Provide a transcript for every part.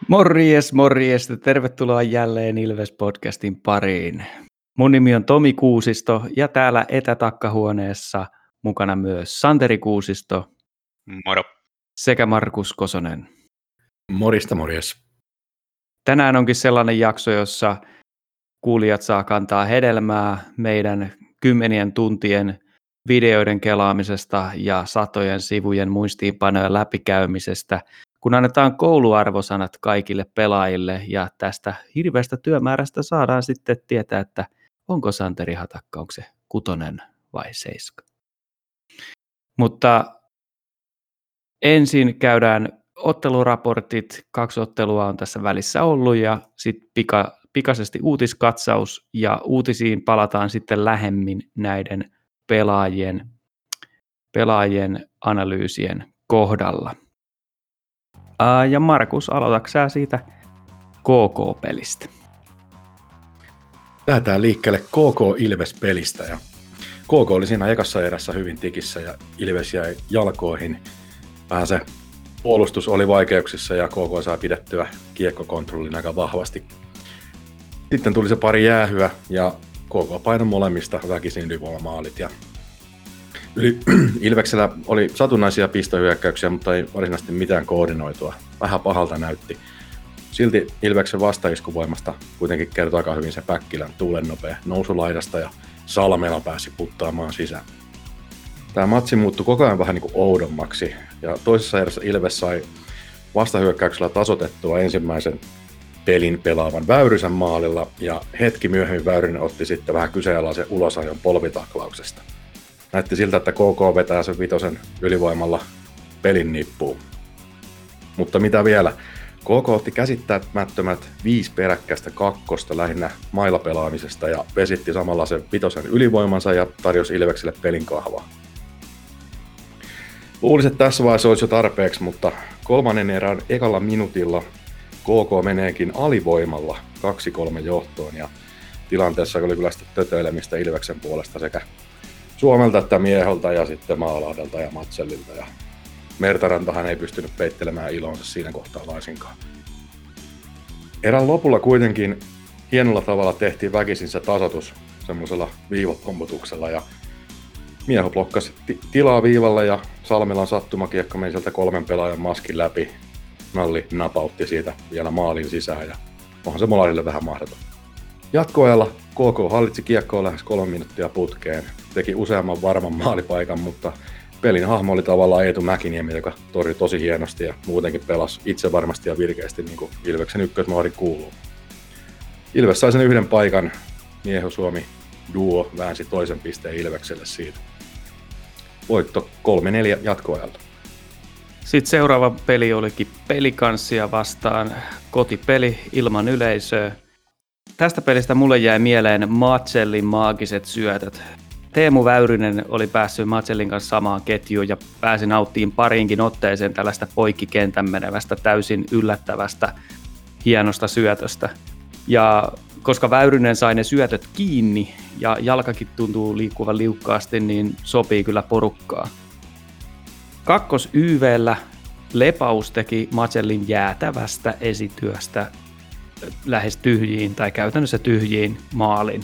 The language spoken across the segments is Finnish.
Morjes, morjes. Tervetuloa jälleen Ilves-podcastin pariin. Mun nimi on Tomi Kuusisto ja täällä etätakkahuoneessa mukana myös Santeri Kuusisto. Moro. Sekä Markus Kosonen. Morista, morjes. Tänään onkin sellainen jakso, jossa kuulijat saa kantaa hedelmää meidän 10 tuntien videoiden kelaamisesta ja satojen sivujen muistiinpanojen läpikäymisestä, kun annetaan kouluarvosanat kaikille pelaajille ja tästä hirveästä työmäärästä saadaan sitten tietää, että onko Santeri Hatakka, onko se 6 vai 7. Mutta ensin käydään otteluraportit, 2 ottelua on tässä välissä ollut ja sitten pikaisesti uutiskatsaus ja uutisiin palataan sitten lähemmin näiden pelaajien analyysien kohdalla. Ja Markus, aloitatko sä siitä KK-pelistä? Lähdetään liikkeelle KK-Ilves-pelistä. Ja KK oli siinä ekassa erässä hyvin tikissä ja Ilves jäi jalkoihin. Vähän se puolustus oli vaikeuksissa ja KK saa pidettyä kiekkokontrollin aika vahvasti. Sitten tuli se pari jäähyä ja KK painoi molemmista väkisin ylivoimamaalit. Ja Ilveksellä oli satunnaisia pistohyökkäyksiä, mutta ei varsinaisesti mitään koordinoitua. Vähän pahalta näytti. Silti Ilveksen vastaiskuvoimasta kuitenkin kertoo aika hyvin se Päkkilän tuulennopea nousulaidasta ja Salmela pääsi puttaamaan sisään. Tämä matsi muuttui koko ajan vähän niin kuin oudommaksi ja toisessa erässä Ilves sai vastahyökkäyksellä tasoitettua ensimmäisen pelin pelaavan Väyrysen maalilla ja hetki myöhemmin Väyrynen otti sitten vähän kyseenalaisen ulosajon polvitaklauksesta. Näytti siltä, että KK vetää sen vitosen ylivoimalla pelin nippuun. Mutta mitä vielä? KK otti käsittämättömät 5 peräkkäistä kakkosta lähinnä mailapelaamisesta ja vesitti samalla sen vitosen ylivoimansa ja tarjosi Ilvekselle pelin kahvaa. Luulisin, että tässä vaiheessa olisi jo tarpeeksi, mutta 3. erän ekalla minuutilla KK meneekin alivoimalla 2-3 johtoon ja tilanteessa oli kyllä sitten tötöilemistä Ilveksen puolesta sekä Suomelta että Mieholta ja sitten Maalahdelta ja Matsellilta ja Mertarantahan ei pystynyt peittelemään ilonsa siinä kohtaa laisinkaan. Erän lopulla kuitenkin hienolla tavalla tehtiin väkisin se tasoitus semmoisella viivapomputuksella ja Mieho blokkasi tilaa viivalla ja Salmelan sattumakiekko meni sieltä 3 pelaajan maskin läpi. Nalli napautti siitä vielä maalin sisään ja onhan se molemmille vähän mahdoton. Jatkoajalla KK hallitsi kiekkoa lähes 3 minuuttia putkeen, teki useamman varman maalipaikan, mutta pelin hahmo oli tavallaan Eetu Mäkiniemi, joka torjui tosi hienosti ja muutenkin pelasi itse varmasti ja virkeästi niin kuin Ilveksen ykkösmaali kuuluu. Ilves sai sen 1 paikan, Mieho Suomi duo väänsi toisen pisteen Ilvekselle siitä. Voitto 3-4 jatkoajalta. Sitten seuraava peli olikin Pelikanssia vastaan, kotipeli ilman yleisöä. Tästä pelistä mulle jäi mieleen Matsellin maagiset syötöt. Teemu Väyrynen oli päässyt Matsellin kanssa samaan ketjuun ja pääsi nauttimaan pariinkin otteeseen tällaista poikkikentän menevästä täysin yllättävästä hienosta syötöstä. Ja koska Väyrynen sai ne syötöt kiinni ja jalkakin tuntuu liikkuvan liukkaasti, niin sopii kyllä porukkaa. Kakkos-YV:llä Lepaus teki Matsellin jäätävästä esityöstä lähes tyhjiin tai käytännössä tyhjiin maalin.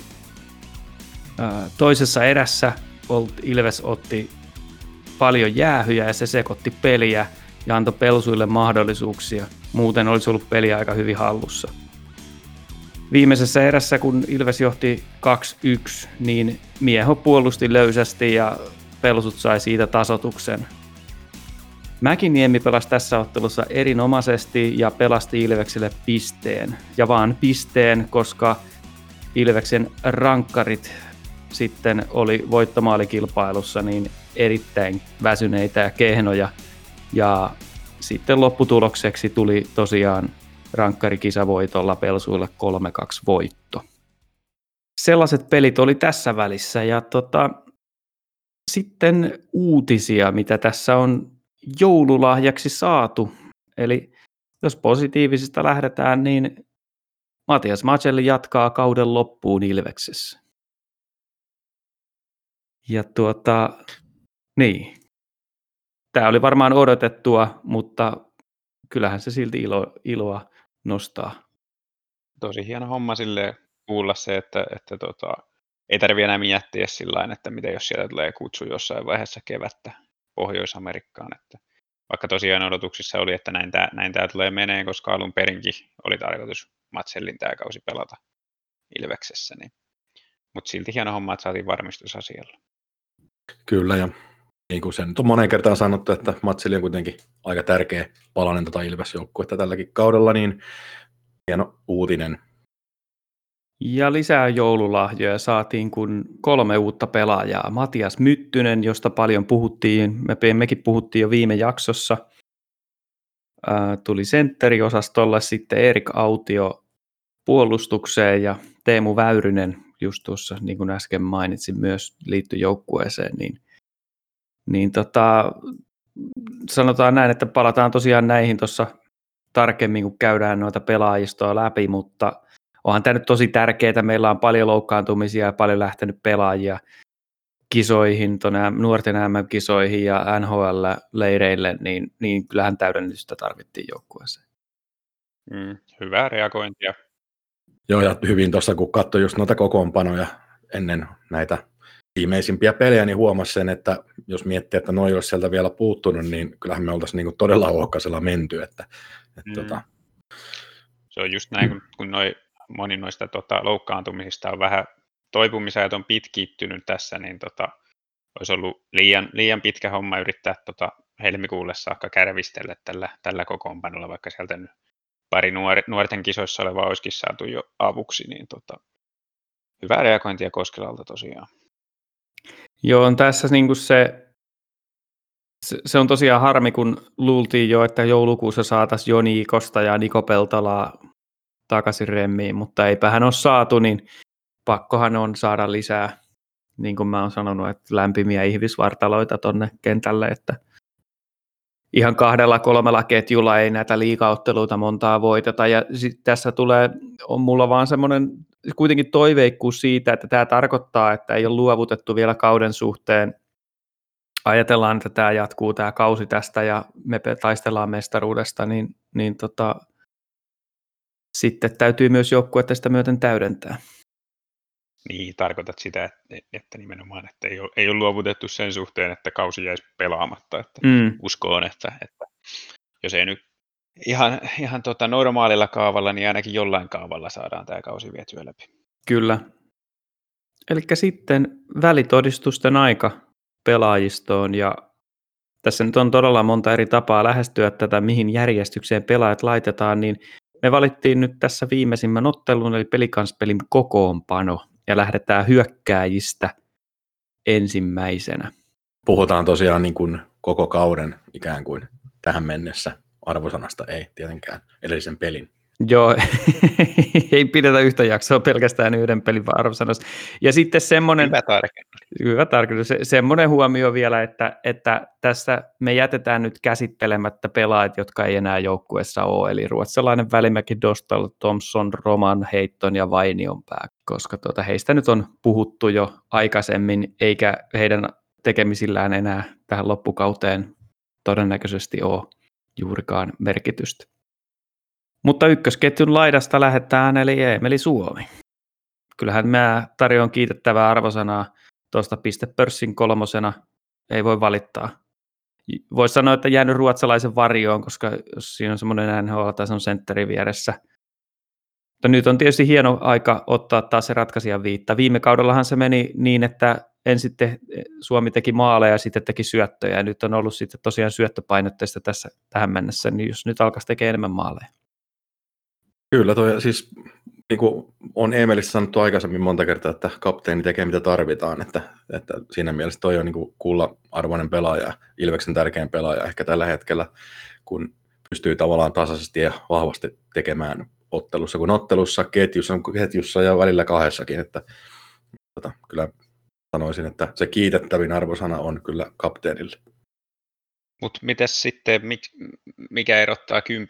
Toisessa erässä Ilves otti paljon jäähyjä ja se sekoitti peliä ja antoi Pelsuille mahdollisuuksia. Muuten olisi ollut peli aika hyvin hallussa. Viimeisessä erässä, kun Ilves johti 2-1, niin Mieho puolusti löysästi ja Pelsut sai siitä tasoituksen. Mäkiniemi pelasi tässä ottelussa erinomaisesti ja pelasti Ilvekselle pisteen. Ja vaan pisteen, koska Ilveksen rankkarit sitten oli voittomaalikilpailussa niin erittäin väsyneitä ja kehnoja. Ja sitten lopputulokseksi tuli tosiaan rankkarikisavoitolla Pelsuille 3-2 voitto. Sellaiset pelit oli tässä välissä ja sitten uutisia, mitä tässä on joululahjaksi saatu. Eli jos positiivisista lähdetään, niin Matias Machelli jatkaa kauden loppuun Ilveksessä. Ja niin. Tämä oli varmaan odotettua, mutta kyllähän se silti iloa nostaa. Tosi hieno homma sille kuulla se, että ei tarvitse enää miettiä sillain, että mitä jos sieltä tulee kutsu jossain vaiheessa kevättä Pohjois-Amerikkaan. Että vaikka tosiaan odotuksissa oli, että näin tää tulee menee, koska alun perinkin oli tarkoitus Matsellin tämä kausi pelata Ilveksessä. Mutta silti hieno homma, että saatiin varmistus asialla. Kyllä, ja niin kuin sen on moneen kertaan sanottu, että Matseli on kuitenkin aika tärkeä palanen Ilves-joukkuetta tälläkin kaudella, niin hieno uutinen. Ja lisää joululahjoja saatiin kun 3 uutta pelaajaa. Matias Myttynen, josta paljon puhuttiin, mekin puhuttiin jo viime jaksossa. Tuli sentteriosastolle, sitten Erik Autio puolustukseen ja Teemu Väyrynen, just tuossa niin kuin äsken mainitsin, myös liittyi joukkueeseen. Sanotaan näin, että palataan tosiaan näihin tuossa tarkemmin, kun käydään noita pelaajistoa läpi, mutta onhan tämä nyt tosi tärkeää. Meillä on paljon loukkaantumisia ja paljon lähtenyt pelaajia kisoihin, tuonne nuorten MM-kisoihin ja NHL-leireille, niin kyllähän täydennystä tarvittiin joukkueeseen. Hyvää reagointia. Joo, ja hyvin tuossa, kun katsoi just noita kokoonpanoja ennen näitä viimeisimpiä pelejä, niin huomasi sen, että jos miettii, että noi olisi sieltä vielä puuttunut, niin kyllähän me oltaisiin niinku todella ohkaisella menty. Se on just näin, kun moni noista loukkaantumisista on vähän toipumisajat on pitkittynyt tässä, niin olisi ollut liian pitkä homma yrittää helmikuulle saakka kärvistellä tällä kokoonpanolla, vaikka sieltä nyt pari nuorten kisoissa oleva olisikin saatu jo avuksi, niin hyvää reagointia Koskelalta tosiaan. Joo, on tässä niinku se on tosiaan harmi, kun luultiin jo, että joulukuussa saataisiin Joni Ikosta ja Niko Peltolaa takaisin remmiin, mutta eipä hän ole saatu, niin pakkohan on saada lisää, niin kuin mä oon sanonut, että lämpimiä ihmisvartaloita tonne kentälle, että ihan 2-3 ketjulla ei näitä liigaotteluita montaa voiteta, ja sitten tässä on mulla vaan semmoinen kuitenkin toiveikkuus siitä, että tämä tarkoittaa, että ei ole luovutettu vielä kauden suhteen. Ajatellaan, että tämä jatkuu tämä kausi tästä ja me taistellaan mestaruudesta, niin sitten täytyy myös joukkuetta sitä myöten täydentää. Niin, tarkoitat sitä, että nimenomaan, että ei ole luovutettu sen suhteen, että kausi jäisi pelaamatta. Että uskoon, että jos ei nyt ihan normaalilla kaavalla, niin ainakin jollain kaavalla saadaan tämä kausi vietyä läpi. Kyllä. Eli sitten välitodistusten aika pelaajistoon, ja tässä nyt on todella monta eri tapaa lähestyä tätä, mihin järjestykseen pelaajat laitetaan, niin me valittiin nyt tässä viimeisimmän ottelun, eli Pelicans-pelin kokoonpano, ja lähdetään hyökkääjistä ensimmäisenä. Puhutaan tosiaan niin kuin koko kauden ikään kuin tähän mennessä. Arvosanasta ei tietenkään edellisen pelin. Joo, ei pidetä yhtä jaksoa pelkästään yhden pelin arvosanasta. Ja sitten semmoinen... Hyvä tarkennus. Semmoinen huomio vielä, että tässä me jätetään nyt käsittelemättä pelaajat, jotka ei enää joukkueessa ole, eli ruotsalainen Välimäki, Dostal, Thompson, Roman, Heitton ja Vainionpää, koska heistä nyt on puhuttu jo aikaisemmin, eikä heidän tekemisillään enää tähän loppukauteen todennäköisesti ole juurikaan merkitystä. Mutta ykkösketjun laidasta lähdetään, eli Eemeli Suomi. Kyllähän mä tarjoan kiitettävää arvosanaa tuosta pistepörssin 3. Ei voi valittaa. Voisi sanoa, että jäänyt ruotsalaisen varjoon, koska jos siinä on semmoinen NHL tai se on sentteri vieressä. Mutta nyt on tietysti hieno aika ottaa taas se ratkaisijan viitta. Viime kaudellahan se meni niin, että ensin Suomi teki maaleja ja sitten teki syöttöjä. Ja nyt on ollut sitten tosiaan syöttöpainotteista tässä tähän mennessä, niin jos nyt alkaisi tekemään enemmän maaleja. Kyllä, siis niin kuin on Eemelissä sanottu aikaisemmin monta kertaa, että kapteeni tekee mitä tarvitaan, että siinä mielessä toi on niin kuin kulla-arvoinen pelaaja, Ilveksen tärkein pelaaja ehkä tällä hetkellä, kun pystyy tavallaan tasaisesti ja vahvasti tekemään ottelussa kuin ottelussa, ketjussa ja välillä kahdessakin, että kyllä sanoisin, että se kiitettävin arvosana on kyllä kapteenille. Mutta mitäs sitten, mikä erottaa 10?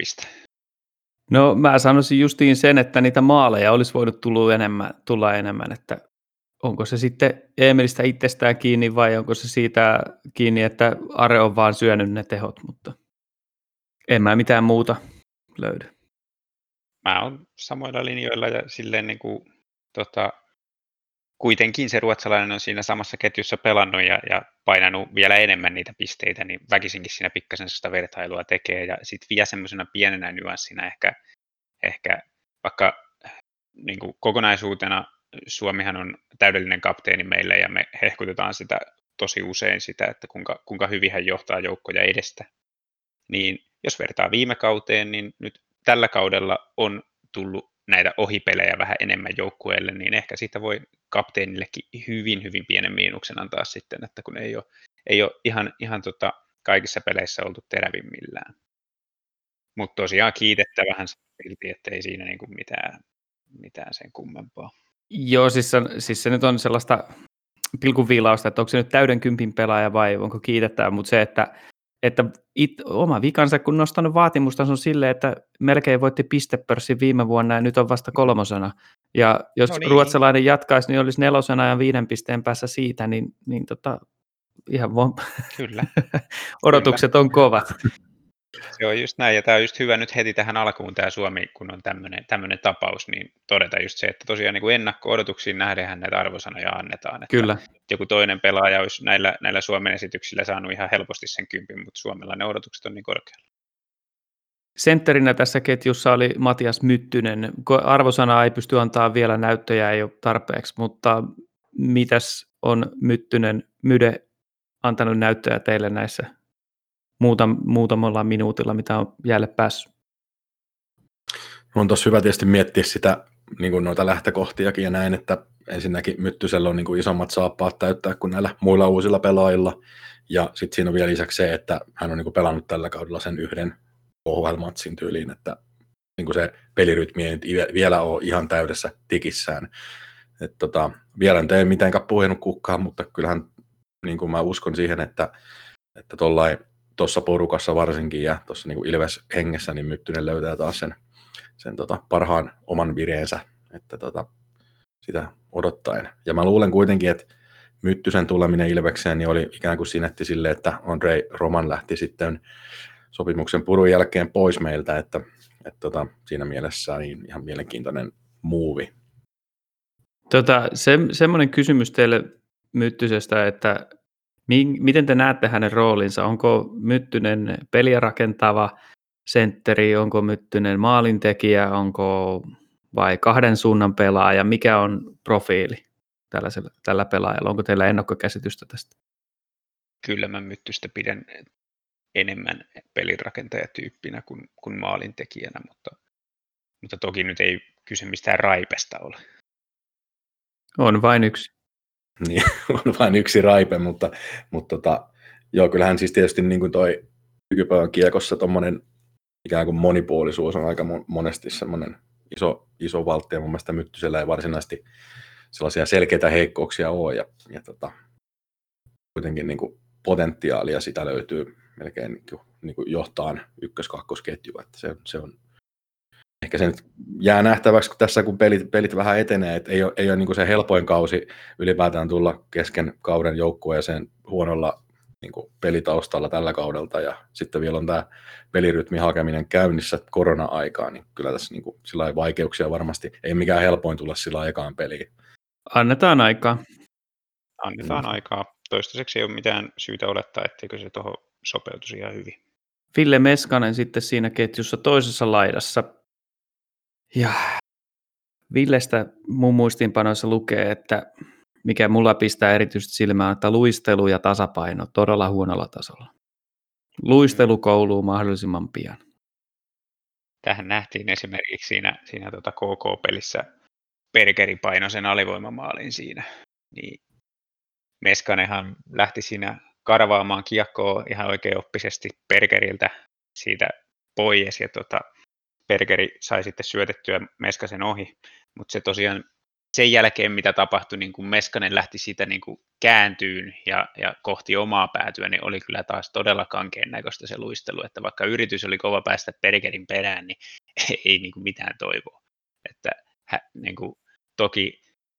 No mä sanoisin justiin sen, että niitä maaleja olisi voinut tulla enemmän, että onko se sitten Eemelistä itsestään kiinni vai onko se siitä kiinni, että Are on vaan syönyt ne tehot, mutta en mä mitään muuta löydä. Mä oon samoilla linjoilla ja silleen niin kuin, kuitenkin se ruotsalainen on siinä samassa ketjussa pelannut ja painanut vielä enemmän niitä pisteitä, niin väkisinkin siinä pikkasen sitä vertailua tekee. Ja sitten vielä semmoisena pienenä nyanssina ehkä vaikka niin kuin kokonaisuutena Suomihan on täydellinen kapteeni meille ja me hehkutetaan sitä tosi usein sitä, että kuinka hyvin hän johtaa joukkoja edestä. Niin jos vertaa viime kauteen, niin nyt tällä kaudella on tullut näitä ohipelejä vähän enemmän joukkueelle, niin ehkä siitä voi kapteenillekin hyvin, hyvin pienen miinuksen antaa sitten, että kun ei ole ihan kaikissa peleissä oltu terävimmillään. Mutta tosiaan kiitettävähän silti, että ei siinä niinku mitään sen kummempaa. Joo, siis se nyt on sellaista pilkunviilausta, että onko se nyt täyden kympin pelaaja vai onko kiitettävä, mutta se, että oma vikansa, kun nostanut vaatimustason silleen, että melkein voitti pistepörssin viime vuonna ja nyt on vasta 3. Ja jos No niin. ruotsalainen jatkaisi, niin olisi 4. ja 5 pisteen päässä siitä, niin ihan Kyllä. odotukset on kovat. Se on just näin, ja tämä on just hyvä nyt heti tähän alkuun tämä Suomi, kun on tämmöinen tapaus, niin todeta just se, että tosiaan niin kuin ennakko-odotuksiin nähdenhän näitä arvosanoja annetaan. Että Kyllä. joku toinen pelaaja olisi näillä Suomen esityksillä saanut ihan helposti sen 10, mutta Suomella ne odotukset on niin korkealla. Sentterinä tässä ketjussa oli Matias Myttynen. Arvosanaa ei pysty antaa vielä, näyttöjä ei ole tarpeeksi, mutta mitäs on Myde antanut näyttöjä teille näissä muutamalla minuutilla, mitä on jäälle päässyt? On tossa hyvä tietysti miettiä sitä, niin kuin noita lähtökohtiakin ja näin, että ensinnäkin Myttysellä on niin kuin isommat saappaat täyttää kuin näillä muilla uusilla pelaajilla. Ja sitten siinä on vielä lisäksi se, että hän on niin kuin pelannut tällä kaudella sen yhden OHL-matsin tyyliin, että niin kuin se pelirytmi ei vielä ole ihan täydessä tikissään. Vielä en tee mitenkään puhjennut kukkaan, mutta kyllähän niin kuin mä uskon siihen, että tuossa porukassa varsinkin ja tuossa niin kuin Ilves-hengessä, niin Myttynen löytää taas sen parhaan oman vireensä, että sitä odottaen. Ja mä luulen kuitenkin, että Myttysen tuleminen Ilvekseen niin oli ikään kuin sinetti sille, että Andrei Roman lähti sitten sopimuksen purun jälkeen pois meiltä, että siinä mielessä niin ihan mielenkiintoinen muuvi. Semmoinen kysymys teille Myttysestä, että miten te näette hänen roolinsa? Onko Myttynen peliä rakentava sentteri, onko Myttynen maalintekijä, onko vai kahden suunnan pelaaja? Mikä on profiili tällä pelaajalla? Onko teillä ennakkokäsitystä tästä? Kyllä mä Myttystä pidän enemmän pelirakentaja-tyyppinä kuin maalintekijänä, mutta toki nyt ei kyse mistään raipesta ole. On vain yksi. Niin, on vain yksi raipe, mutta joo, kyllähän siis tietysti niin kuin toi nykypäivän kiekossa tommonen ikään kuin monipuolisuus on aika monesti semmoinen iso valtti, ja mun mielestä Myttysellä ei varsinaisesti sellaisia selkeitä heikkouksia ole, ja kuitenkin niin kuin potentiaalia sitä löytyy melkein niin kuin johtaan ykkös-kakkosketjua, että se on ehkä se nyt jää nähtäväksi, kun pelit vähän etenee, että ei ole niin kuin se helpoin kausi ylipäätään tulla kesken kauden joukkueeseen huonolla niin kuin pelitaustalla tällä kaudelta, ja sitten vielä on tämä pelirytmin hakeminen käynnissä korona-aikaan, niin kyllä tässä niin kuin sillä vaikeuksia varmasti, ei mikään helpoin tulla sillä ekaan peliin. Annetaan aikaa. Annetaan aikaa. Toistaiseksi ei ole mitään syytä olettaa, etteikö se tuohon sopeutuisi ihan hyvin. Ville Meskanen sitten siinä ketjussa toisessa laidassa. Ja Villestä mun muistiinpanoissa lukee, että mikä mulla pistää erityisesti silmään, että luistelu ja tasapaino todella huonolla tasolla. Luistelu kouluun mahdollisimman pian. Tähän nähtiin esimerkiksi siinä KK-pelissä Bergeri paino sen alivoimamaalin siinä. Niin Meskanenhan lähti siinä karvaamaan kiekkoa ihan oikeaoppisesti Bergeriltä siitä pois ja Bergeri sai sitten syötettyä Meskasen ohi, mutta se tosiaan sen jälkeen, mitä tapahtui, niin kun Meskanen lähti siitä niin kun kääntyyn ja kohti omaa päätyä, niin oli kyllä taas todella kankeen näköistä se luistelu, että vaikka yritys oli kova päästä Bergerin perään, niin ei niin kuin mitään toivoa. Että niin kuin, toki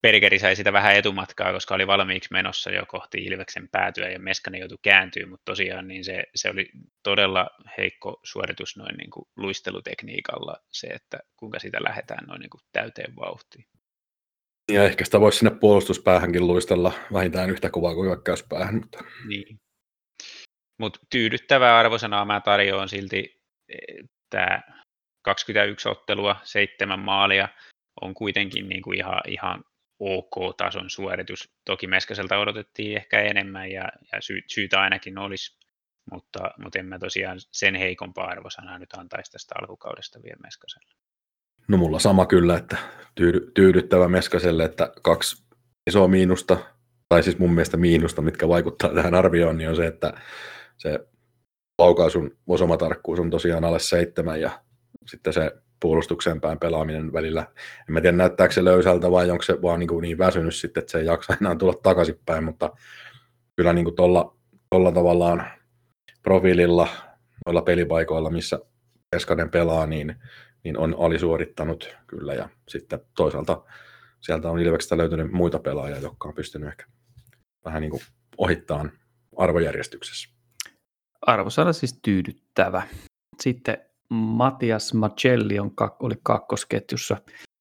Bergeri sai sitä vähän etumatkaa, koska oli valmiiksi menossa jo kohti Ilveksen päätyä ja Meskanen joutui kääntyä, mutta tosiaan niin se oli todella heikko suoritus noin niin kuin luistelutekniikalla se, että kuinka sitä lähdetään noin niin kuin täyteen vauhtiin. Ja ehkä sitä voisi sinne puolustuspäähänkin luistella vähintään yhtä kovaa kuin hyökkäyspäähän. Mutta... Niin. Mut tyydyttävää arvosanaa mä tarjoan silti, tämä 21 ottelua, 7 maalia on kuitenkin niin kuin ihan OK-tason suoritus. Toki Meskaselta odotettiin ehkä enemmän ja syytä ainakin olisi, mutta en mä tosiaan sen heikompaa arvosanaa nyt antaisi tästä alkukaudesta vielä Meskaselle. No mulla sama kyllä, että tyydyttävä Meskaselle, että 2 isoa miinusta, tai siis mun mielestä miinusta, mitkä vaikuttaa tähän arvioon, niin on se, että se laukaisun osumatarkkuus on tosiaan alle 7 ja sitten se puolustukseen päin pelaaminen välillä. En mä tiedä, näyttääkö se löysältä vai onko se vaan niin väsynyt sitten, että se ei jaksa enää tulla takaisinpäin, mutta kyllä niin kuin tolla tavallaan profiililla, noilla pelipaikoilla, missä Meskanen pelaa, niin on alisuorittanut kyllä. Ja sitten toisaalta sieltä on Ilveksestä löytynyt muita pelaajia, jotka on pystynyt ehkä vähän niin kuin ohittamaan arvojärjestyksessä. Arvosana siis tyydyttävä. Sitten Matias Macelli oli kakkosketjussa.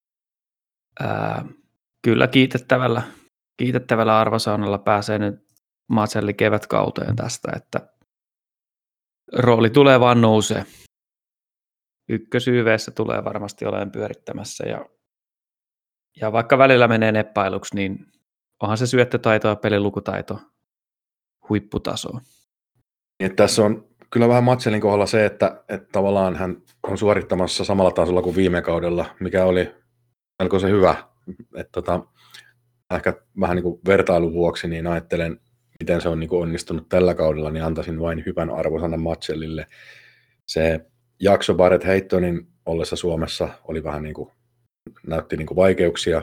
Kyllä kiitettävällä arvosanalla pääsee nyt Macelli kevätkauteen tästä, että rooli tulee vaan nousee. Ykkösyyveessä tulee varmasti olemaan pyörittämässä ja vaikka välillä menee neppailuksi, niin onhan se syöttötaito ja pelilukutaito huipputasoa. Tässä on kyllä vähän Macellin kohdalla se, että tavallaan hän on suorittamassa samalla tasolla kuin viime kaudella, mikä oli melkoisen hyvä. Ehkä vähän niin kuin vertailun vuoksi niin ajattelen, miten se on niin kuin onnistunut tällä kaudella, niin antaisin vain hyvän arvosanan Macellille. Se jakso Barret Heittonin ollessa Suomessa oli vähän niin kuin, näytti niin kuin vaikeuksia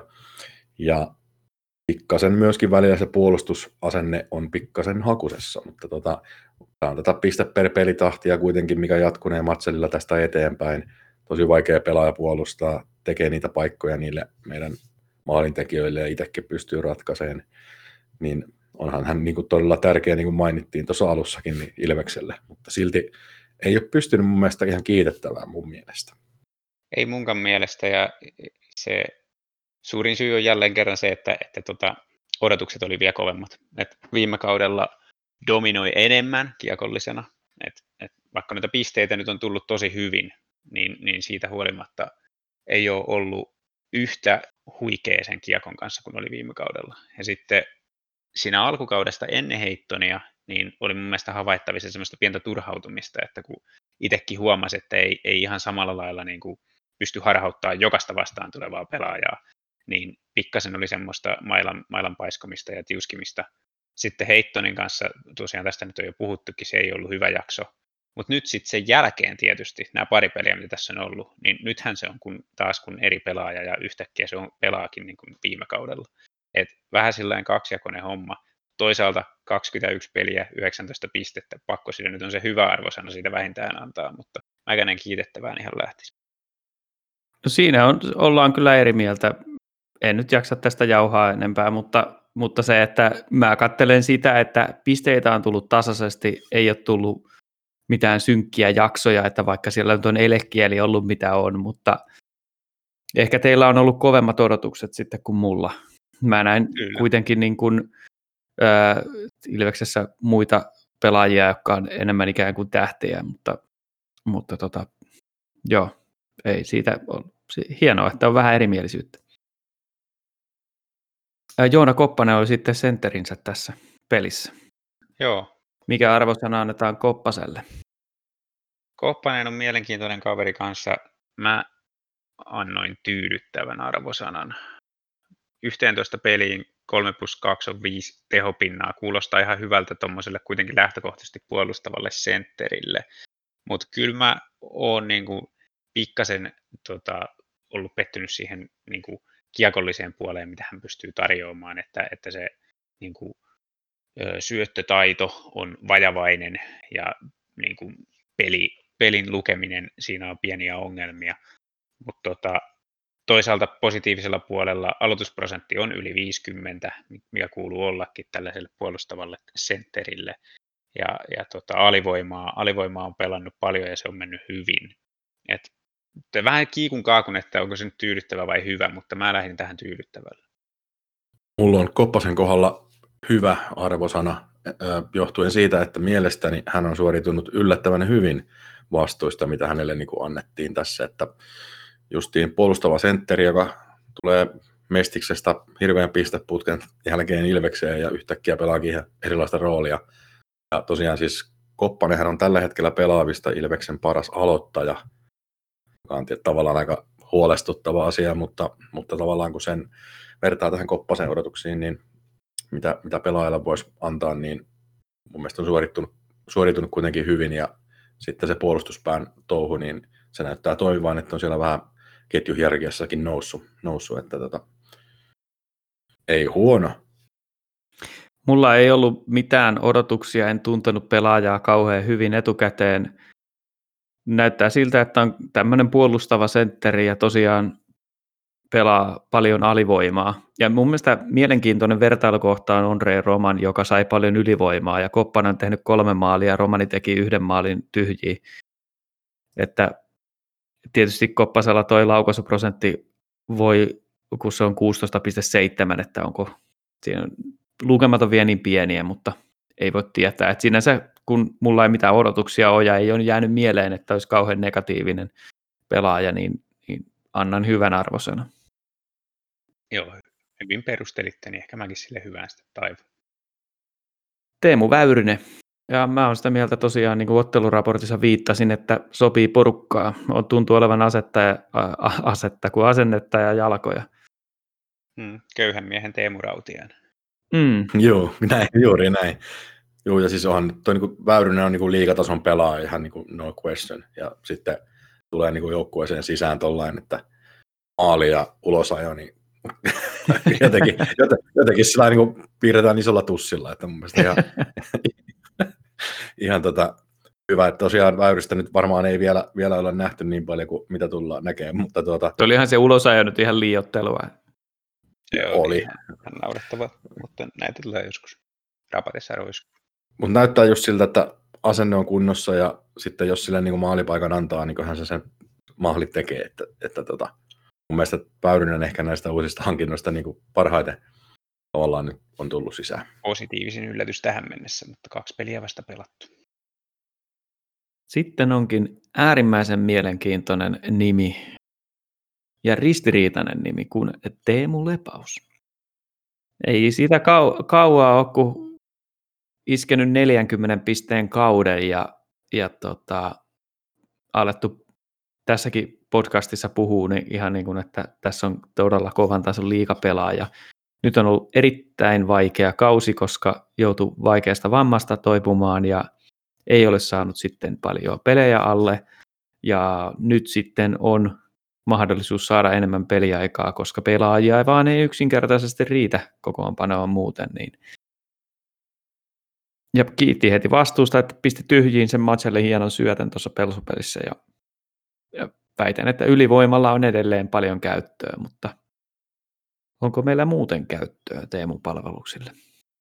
ja pikkasen myöskin välillä se puolustusasenne on pikkasen hakusessa, mutta tämä on tätä piste per pelitahtia kuitenkin, mikä jatkunee Macellilla tästä eteenpäin. Tosi vaikea pelaaja puolustaa, tekee niitä paikkoja niille meidän maalintekijöille ja itsekin pystyy ratkaisemaan. Niin onhan hän niin kuin todella tärkeä, niin kuin mainittiin tuossa alussakin, niin Ilvekselle, mutta silti ei ole pystynyt mun mielestä ihan kiitettävään mun mielestä. Ei munkaan mielestä ja se suurin syy on jälleen kerran se, että odotukset oli vielä kovemmat. Et viime kaudella dominoi enemmän kiekollisena. Et vaikka noita pisteitä nyt on tullut tosi hyvin, niin siitä huolimatta ei ole ollut yhtä huikea sen kiekon kanssa kuin oli viime kaudella. Ja sitten siinä alkukaudesta ennen Heittonia niin oli mun mielestä havaittavissa semmoista pientä turhautumista, että kun itsekin huomasi, että ei ihan samalla lailla niin kuin pysty harhauttaa jokaista vastaan tulevaa pelaajaa, niin pikkasen oli semmoista mailan paiskomista ja tiuskimista. Sitten Heittonin kanssa, tosiaan tästä nyt on jo puhuttukin, se ei ollut hyvä jakso. Mutta nyt sitten sen jälkeen tietysti, nämä pari peliä, mitä tässä on ollut, niin nythän se on taas kun eri pelaaja ja yhtäkkiä se on pelaakin niin kuin viime kaudella. Et vähän sillain kaksijakoinen homma. Toisaalta 21 peliä, 19 pistettä, pakko sille nyt on se hyvä arvosana siitä vähintään antaa, mutta aikainen kiitettävään ihan lähtisi. No siinä ollaan kyllä eri mieltä. En nyt jaksa tästä jauhaa enempää, mutta se, että mä katselen sitä, että pisteitä on tullut tasaisesti, ei ole tullut mitään synkkiä jaksoja, että vaikka siellä nyt on elekieli ollut mitä on, mutta ehkä teillä on ollut kovemmat odotukset sitten kuin mulla. Mä näin kuitenkin niin kuin, Ilveksessä muita pelaajia, jotka on enemmän ikään kuin tähtejä, mutta joo, ei siitä ole. Hienoa, että on vähän erimielisyyttä. Joona Koppanen oli sitten sentterinsä tässä pelissä. Joo. Mikä arvosana annetaan Koppaselle? Koppanen on mielenkiintoinen kaveri kanssa. Mä annoin tyydyttävän arvosanan. 11 peliin 3+2 on 5 tehopinnaa. Kuulostaa ihan hyvältä tuommoiselle kuitenkin lähtökohtaisesti puolustavalle sentterille. Mutta kyllä mä oon niinku pikkasen ollut pettynyt siihen niinku kiekolliseen puoleen, mitä hän pystyy tarjoamaan, että se niinku, syöttötaito on vajavainen ja niinku, pelin lukeminen, siinä on pieniä ongelmia. Mutta toisaalta positiivisella puolella aloitusprosentti on yli 50, mikä kuuluu ollakin tällaiselle puolustavalle sentterille. Ja alivoimaa on pelannut paljon ja se on mennyt hyvin. Vähän kiikun kaakun, että onko se nyt tyydyttävä vai hyvä, mutta mä lähdin tähän tyydyttävällä. Mulla on Koppasen kohdalla hyvä arvosana johtuen siitä, että mielestäni hän on suoritunut yllättävän hyvin vastuista, mitä hänelle niin kuin annettiin tässä. Että justiin puolustava sentteri, joka tulee Mestiksestä hirveän pisteputken jälkeen Ilvekseen ja yhtäkkiä pelaakin ihan erilaista roolia. Ja tosiaan siis Koppanenhan on tällä hetkellä pelaavista Ilveksen paras aloittaja, joka on tavallaan aika huolestuttava asia, mutta tavallaan kun sen vertaa tähän Koppasen odotuksiin, niin mitä pelaajalla voisi antaa, niin mun mielestä on suoritunut kuitenkin hyvin, ja sitten se puolustuspään touhu, niin se näyttää toimivan, että on siellä vähän ketjuhierarkiassakin noussut että ei huono. Mulla ei ollut mitään odotuksia, en tuntenut pelaajaa kauhean hyvin etukäteen. Näyttää siltä, että on tämmöinen puolustava sentteri ja tosiaan pelaa paljon alivoimaa. Ja mun mielestä mielenkiintoinen vertailukohta on Ondrej Roman, joka sai paljon ylivoimaa ja Koppanen on tehnyt 3 maalia ja Romani teki 1 maalin tyhjiä. Että tietysti Koppasella toi laukaisuprosentti voi, kun se on 16,7, että onko siinä lukemat on vielä niin pieniä, mutta ei voi tietää. Että sinänsä, kun mulla ei mitään odotuksia ole ja ei ole jäänyt mieleen, että olisi kauhean negatiivinen pelaaja, niin annan hyvän arvosana. Joo, hyvin perustelitte, niin ehkä mäkin sille hyvän sitten taivun. Teemu Väyrynen. Ja mä oon sitä mieltä tosiaan, niin kuin otteluraportissa viittasin, että sopii porukkaa. Tuntuu olevan asennetta ja jalkoja. Köyhän miehen Teemu Rautiainen. Joo, juuri näin. Joo, ja siis onhan toi niin Väyrynen on niin liigatason pelaaja, ihan niin no question. Ja sitten tulee niin joukkueeseen sisään tollain, että maali ja ulosajo, niin jotenkin sillä niin piirretään isolla tussilla, että mun mielestä ihan hyvä, että tosiaan Väyrystä nyt varmaan ei vielä olla nähty niin paljon kuin mitä tullaan näkemään, mutta Olihan se ulosajo nyt ihan liioittelua. Se oli ihan naurettava, mutta näitä tulee joskus rapatissa roiskuu. Mutta näyttää just siltä, että asenne on kunnossa ja sitten jos sille niin maalipaikan antaa, niin hän se sen mahlit tekee, että mun mielestä Väyrynen ehkä näistä uusista hankinnoista niin parhaiten tavallaan nyt on tullut sisään. Positiivisin yllätys tähän mennessä, mutta 2 peliä vasta pelattu. Sitten onkin äärimmäisen mielenkiintoinen nimi ja ristiriitainen nimi kuin Teemu Lepaus. Ei siitä kauaa ole, kun iskenyt 40 pisteen kauden ja alettu tässäkin podcastissa puhuu niin ihan niin kuin, että tässä on todella kovan tason liigapelaaja. Nyt on ollut erittäin vaikea kausi, koska joutui vaikeasta vammasta toipumaan ja ei ole saanut sitten paljon pelejä alle. Ja nyt sitten on mahdollisuus saada enemmän peliaikaa, koska pelaajia vaan ei yksinkertaisesti riitä kokoonpanoon muuten. Niin. Ja kiitti heti vastuusta, että pisti tyhjiin sen Matselle hienon syötön tuossa Pelsupelissä ja väitän, että ylivoimalla on edelleen paljon käyttöä, mutta onko meillä muuten käyttöä Teemun palveluksille?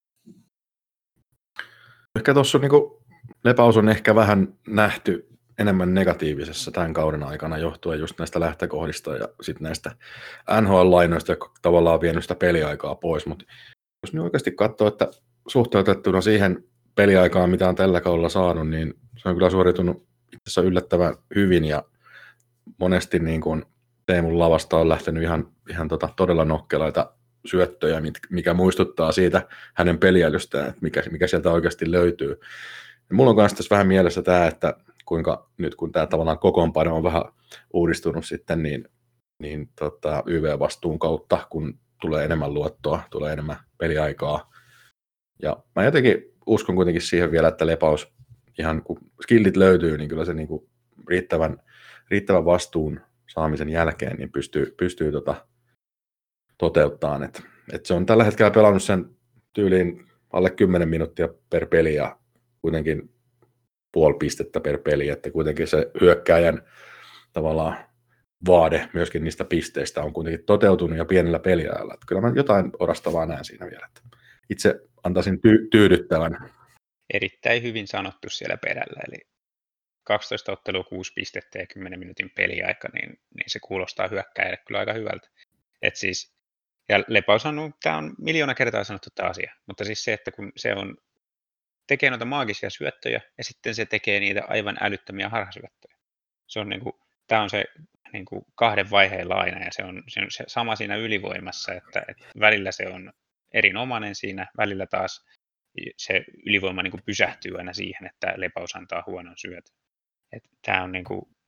Ehkä tuossa niin Lepaus on ehkä vähän nähty enemmän negatiivisessa tämän kauden aikana johtuen just näistä lähtökohdista ja sitten näistä NHL-lainoista, jotka tavallaan on vienyt sitä peliaikaa pois, mutta jos nyt oikeasti katsoo, että suhteutettuna siihen peliaikaan, mitä on tällä kaudella saanut, niin se on kyllä suoritunut itse asiassa yllättävän hyvin ja monesti niin kuin Teemun lavasta on lähtenyt ihan todella nokkelaita syöttöjä, mikä muistuttaa siitä hänen peliälystään, että mikä sieltä oikeasti löytyy. Ja mulla on myös tässä vähän mielessä tämä, että kuinka nyt kun tämä tavallaan kokoonpano on vähän uudistunut sitten, niin YV-vastuun kautta, kun tulee enemmän luottoa, tulee enemmän peliaikaa. Ja mä jotenkin uskon kuitenkin siihen vielä, että Lepaus, ihan kun skillit löytyy, niin kyllä se niin kuin riittävän vastuun saamisen jälkeen niin pystyy toteuttamaan. Et se on tällä hetkellä pelannut sen tyyliin alle 10 minuuttia per peli ja kuitenkin 0,5 pistettä per peli, että kuitenkin se hyökkääjän tavallaan vaade myöskin niistä pisteistä on kuitenkin toteutunut ja pienellä peliajalla. Että kyllä mä jotain orastavaa näen siinä vielä. Että itse antaisin tyydyttävän. Erittäin hyvin sanottu siellä perällä, eli 12 ottelua, 6 pistettä ja 10 minuutin peliaika, niin se kuulostaa hyökkääjälle kyllä aika hyvältä. Et siis, ja Lepa on sanonut, tämä on miljoona kertaa sanottu tämä asia, mutta siis se, että kun se tekee noita maagisia syöttöjä ja sitten se tekee niitä aivan älyttömiä harhasyöttöjä. Se on tämä on se kahden vaiheilla aina ja se on se sama siinä ylivoimassa, että välillä se on erinomainen siinä, välillä taas se ylivoima pysähtyy aina siihen, että Lepaus antaa huonon syötön. Tämä on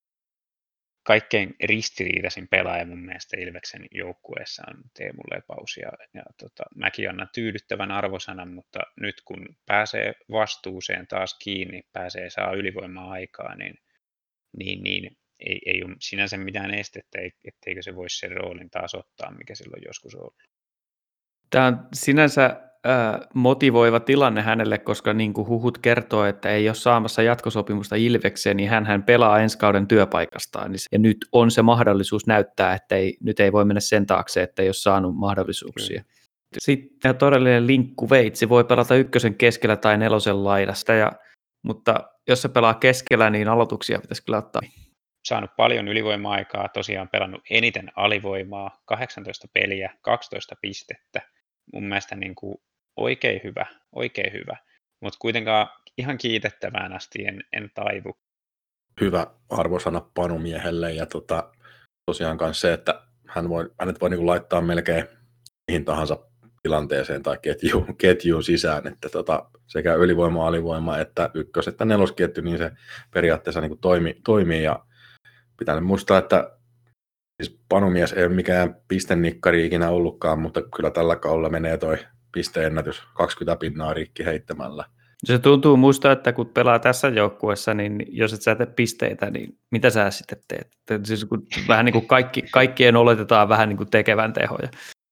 kaikkein ristiriitaisin pelaaja mun mielestä Ilveksen joukkueessa on Teemu Lepaus. Ja mäkin annan tyydyttävän arvosanan, mutta nyt kun pääsee vastuuseen taas kiinni, saa ylivoimaa aikaa, niin ei ole sinänsä mitään estettä, etteikö se voisi sen roolin taas ottaa, mikä silloin joskus on ollut. Tämä on sinänsä motivoiva tilanne hänelle, koska niin kuin huhut kertoo, että ei ole saamassa jatkosopimusta Ilvekseen, niin hän pelaa ensi kauden työpaikastaan. Ja nyt on se mahdollisuus näyttää, että nyt ei voi mennä sen taakse, että ei ole saanut mahdollisuuksia. Kyllä. Sitten todellinen linkkuveitsi voi pelata ykkösen keskellä tai nelosen laidasta, mutta jos se pelaa keskellä, niin aloituksia pitäisi kyllä ottaa. Saanut paljon ylivoima-aikaa, tosiaan pelannut eniten alivoimaa, 18 peliä, 12 pistettä. Mun mielestä oikein hyvä, mutta kuitenkaan ihan kiitettävään asti en taivu. Hyvä arvosana Panu-miehelle ja tosiaan myös se, että hänet voi laittaa melkein mihin tahansa tilanteeseen tai ketjuun sisään, että sekä ylivoima, alivoima että ykkös- että nelosketju, niin se periaatteessa toimii ja pitää muistaa, että siis Panu-mies ei ole mikään pistennikkari ikinä ollutkaan, mutta kyllä tällä kaudella menee toi pisteennätys 20 pinnaa rikki heittämällä. Se tuntuu musta, että kun pelaa tässä joukkueessa, niin jos et sä tee pisteitä, niin mitä sä sitten teet? Siis kun vähän niin kuin kaikkien oletetaan vähän niin kuin tekevän tehoja.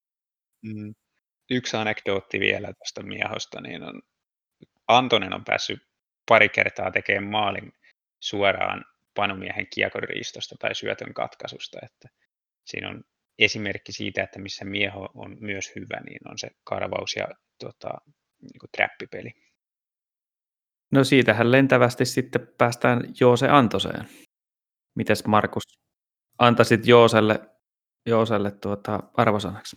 Yksi anekdootti vielä tuosta miehosta, niin Antonen on päässyt pari kertaa tekemään maalin suoraan Panumiehen kiekon riistosta tai syötön katkaisusta, että siinä on esimerkki siitä, että missä mieho on myös hyvä, niin on se karvaus ja trappipeli. No siitähän lentävästi sitten päästään Joose Antoseen. Mites Markus, antaisit Jooselle arvosanaksi?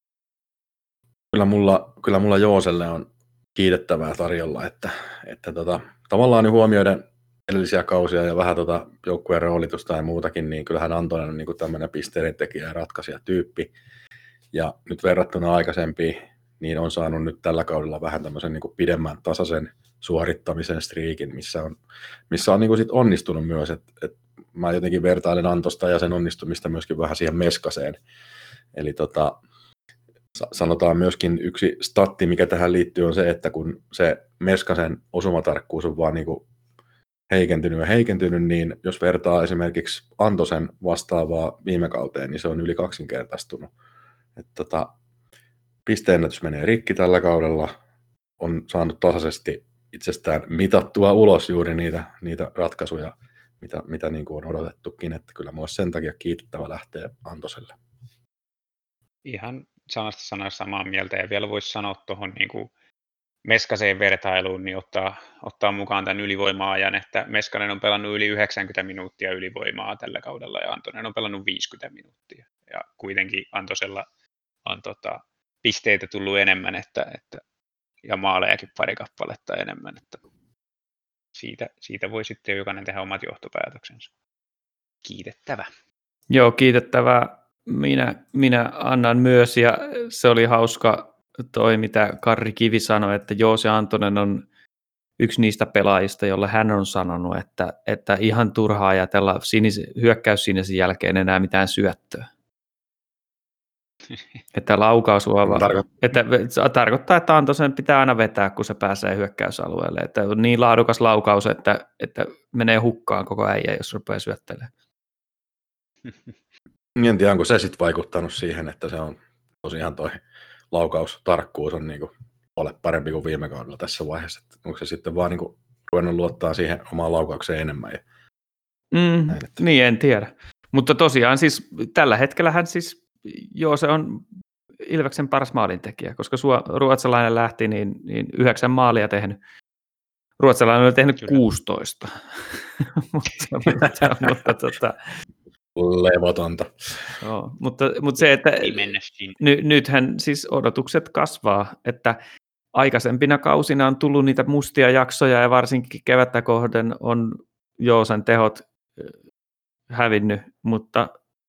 Kyllä mulla Jooselle on kiitettävää tarjolla, että tavallaan huomioiden edellisiä kausia ja vähän joukkueen roolitusta ja muutakin, niin kyllähän Antonen on tämmöinen pisteiden tekijä ja ratkaisija tyyppi. Ja nyt verrattuna aikaisempiin, niin on saanut nyt tällä kaudella vähän tämmöisen pidemmän tasaisen suorittamisen striikin, missä on sit onnistunut myös. Mä jotenkin vertailen Antosta ja sen onnistumista myöskin vähän siihen Meskaseen. Eli sanotaan myöskin yksi statti, mikä tähän liittyy, on se, että kun se Meskasen osumatarkkuus on vaan heikentynyt, niin jos vertaa esimerkiksi Antosen vastaavaa viime kauteen, niin se on yli kaksinkertaistunut. Pisteennätys menee rikki tällä kaudella, on saanut tasaisesti itsestään mitattua ulos juuri niitä ratkaisuja, mitä on odotettukin, että kyllä mulla sen takia kiitettävä lähtee Antoselle. Ihan sanasta samaa mieltä, ja vielä voisi sanoa tuohon Meskaseen vertailuun, niin ottaa mukaan tämän ylivoima-ajan, että Meskanen on pelannut yli 90 minuuttia ylivoimaa tällä kaudella, ja Antonen on pelannut 50 minuuttia. Ja kuitenkin Antosella on pisteitä tullut enemmän, ja maalejakin pari kappaletta enemmän. Että siitä voi sitten jokainen tehdä omat johtopäätöksensä. Kiitettävä. Joo, kiitettävää. Minä annan myös, ja se oli hauska mitä Karri Kivi sanoi, että Joose Antonen on yksi niistä pelaajista, jolle hän on sanonut, että ihan turhaa ajatella hyökkäyssinisen jälkeen enää mitään syöttöä. Että laukaus tarkoittaa, että Antosen pitää aina vetää, kun se pääsee hyökkäysalueelle. Että on niin laadukas laukaus, että menee hukkaan koko äijä, jos rupeaa syöttelemään. En tiedä, onko se sitten vaikuttanut siihen, että se on tosiaan toi laukaustarkkuus on ole parempi kuin viime kaudella tässä vaiheessa. Onko se sitten vaan ruvennut luottaa siihen omaan laukaukseen enemmän? Niin, en tiedä. Mutta tosiaan siis tällä hetkellähän siis, joo, se on Ilveksen paras maalintekijä, koska ruotsalainen lähti, niin 9 maalia tehnyt. Ruotsalainen oli tehnyt Kyllä. 16. mutta Levotonta. joo, mutta se, että Ei mennä sinne. nythän siis odotukset kasvaa, että aikaisempina kausina on tullut niitä mustia jaksoja ja varsinkin kevättä kohden on Joosan tehot hävinnyt, mutta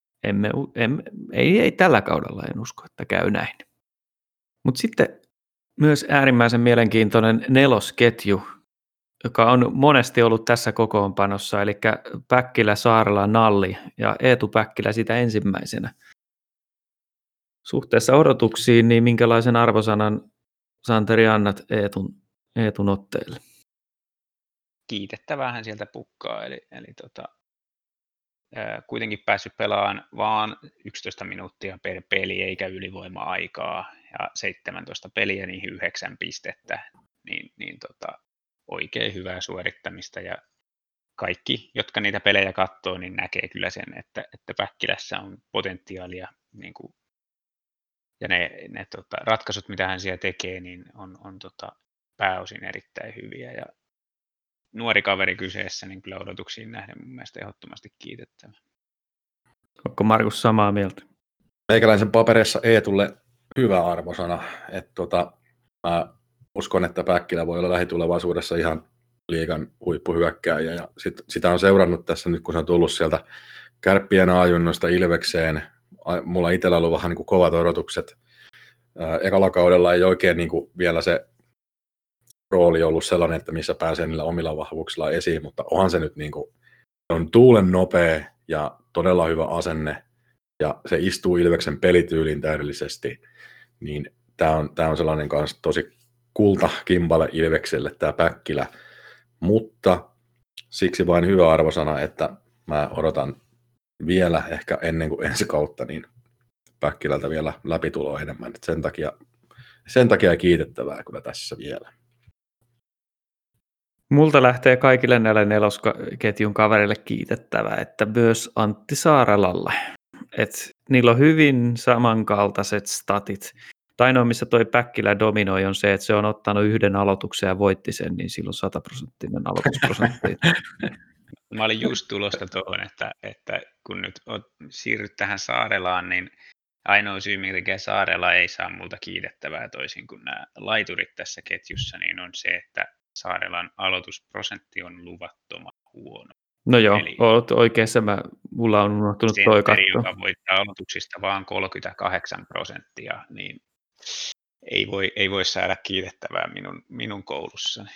ei tällä kaudella, en usko, että käy näin. Mutta sitten myös äärimmäisen mielenkiintoinen nelosketju, joka on monesti ollut tässä kokoonpanossa, eli Päkkilä, Saarela, Nalli ja Eetu Päkkilä sitä ensimmäisenä. Suhteessa odotuksiin, niin minkälaisen arvosanan, Santeri, annat Eetun otteelle? Kiitettävähän sieltä pukkaa, eli kuitenkin päässyt pelaamaan vaan 11 minuuttia per peli eikä ylivoima-aikaa ja 17 peliä niihin 9 pistettä, niin oikein hyvää suorittamista ja kaikki, jotka niitä pelejä katsoo, niin näkee kyllä sen, että Päkkilässä on potentiaalia niin kuin, ja ne ratkaisut, mitä hän siellä tekee, niin on pääosin erittäin hyviä ja nuori kaveri kyseessä, niin kyllä odotuksiin nähden mun mielestä ehdottomasti kiitettävä. Onko Markus samaa mieltä? Meikäläisen paperissa Eetulle hyvä arvosana. Mä uskon, että Päkkilä voi olla lähitulevaisuudessa ihan liigan huippuhyökkääjä. Ja sitä on seurannut tässä nyt, kun se on tullut sieltä Kärppien A-junnoista Ilvekseen. Mulla itsellä on ollut vähän niin kuin kovat odotukset. Ekalla kaudella ei oikein niin kuin vielä se rooli ollut sellainen, että missä pääsee niillä omilla vahvuuksilla esiin, mutta onhan se nyt niin kuin, on tuulen nopea ja todella hyvä asenne, ja se istuu Ilveksen pelityyliin täydellisesti, niin tämä on sellainen kanssa tosi kultakimpale Ilvekselle tämä Päkkilä, mutta siksi vain hyvä arvosana, että mä odotan vielä ehkä ennen kuin ensi kautta, niin Päkkilältä vielä läpituloa enemmän, et sen takia kiitettävää kyllä tässä vielä. Multa lähtee kaikille näille nelosketjun kaverille kiitettävää, että myös Antti Saarelalle. Et niillä on hyvin samankaltaiset statit. Ainoa, missä toi Päkkilä dominoi, on se, että se on ottanut yhden aloituksen ja voitti sen, niin silloin 100% aloitusprosentti. Mä olin just tulosta tuohon, että kun nyt siirryt tähän Saarelaan, niin ainoa syy, minkä Saarela ei saa multa kiitettävää toisin kuin nämä laiturit tässä ketjussa, niin on se, että Saarelan aloitusprosentti on luvattoman huono. No joo, olet oikeassa. Mulla on unohtunut toi katto. Joka voittaa aloituksista vaan 38%, niin ei voi saada kiitettävää minun koulussani.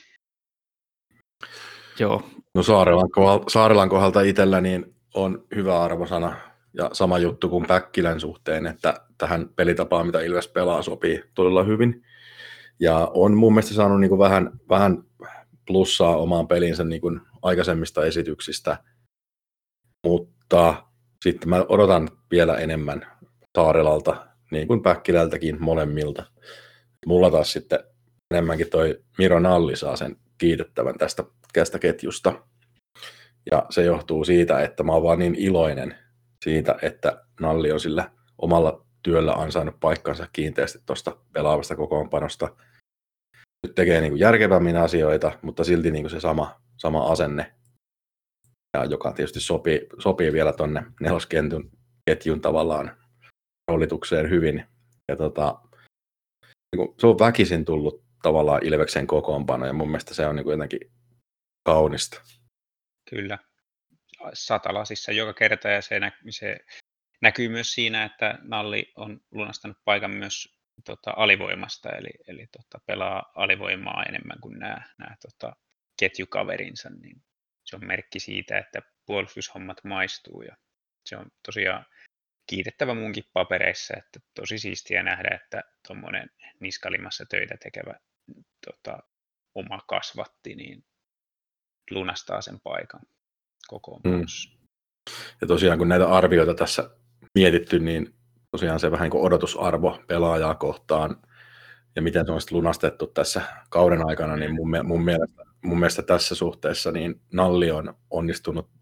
Joo. No Saarelan kohdalta itsellä niin on hyvä arvosana ja sama juttu kuin Päkkilän suhteen, että tähän pelitapaan, mitä Ilves pelaa, sopii todella hyvin. Ja on mun mielestä saanut niin kuin vähän plussaa omaan pelinsä niin kuin aikaisemmista esityksistä, mutta sitten mä odotan vielä enemmän Saarelalta, niin kuin Päkkilältäkin molemmilta. Mulla taas sitten enemmänkin toi Miro Nalli saa sen kiitettävän tästä ketjusta. Ja se johtuu siitä, että mä oon vaan niin iloinen siitä, että Nalli on sillä omalla työllä ansainnut paikkansa kiinteästi tuosta pelaavasta kokoonpanosta. Nyt tekee niin kuin järkevämmin asioita, mutta silti niin kuin se sama asenne, ja joka tietysti sopii vielä tuonne nelosketjun tavallaan roolitukseen hyvin. Ja niin kuin se on väkisin tullut tavallaan Ilveksen kokoonpano, ja mun mielestä se on niin kuin jotenkin kaunista. Kyllä. Satalasissa joka kerta, ja se näkyy myös siinä, että Nalli on lunastanut paikan myös alivoimasta, eli pelaa alivoimaa enemmän kuin nämä ketjukaverinsa, niin se on merkki siitä, että puolustushommat maistuu, ja se on tosiaan kiitettävä munkin papereissa, että tosi siistiä nähdä, että tuommoinen niskalimassa töitä tekevä oma kasvatti, niin lunastaa sen paikan kokoonpanossa. Ja tosiaan kun näitä arvioita tässä mietitty, niin tosiaan se vähän niin kuin odotusarvo pelaajaa kohtaan ja miten se on sitten lunastettu tässä kauden aikana, niin mun mielestä tässä suhteessa niin Nalli on onnistunut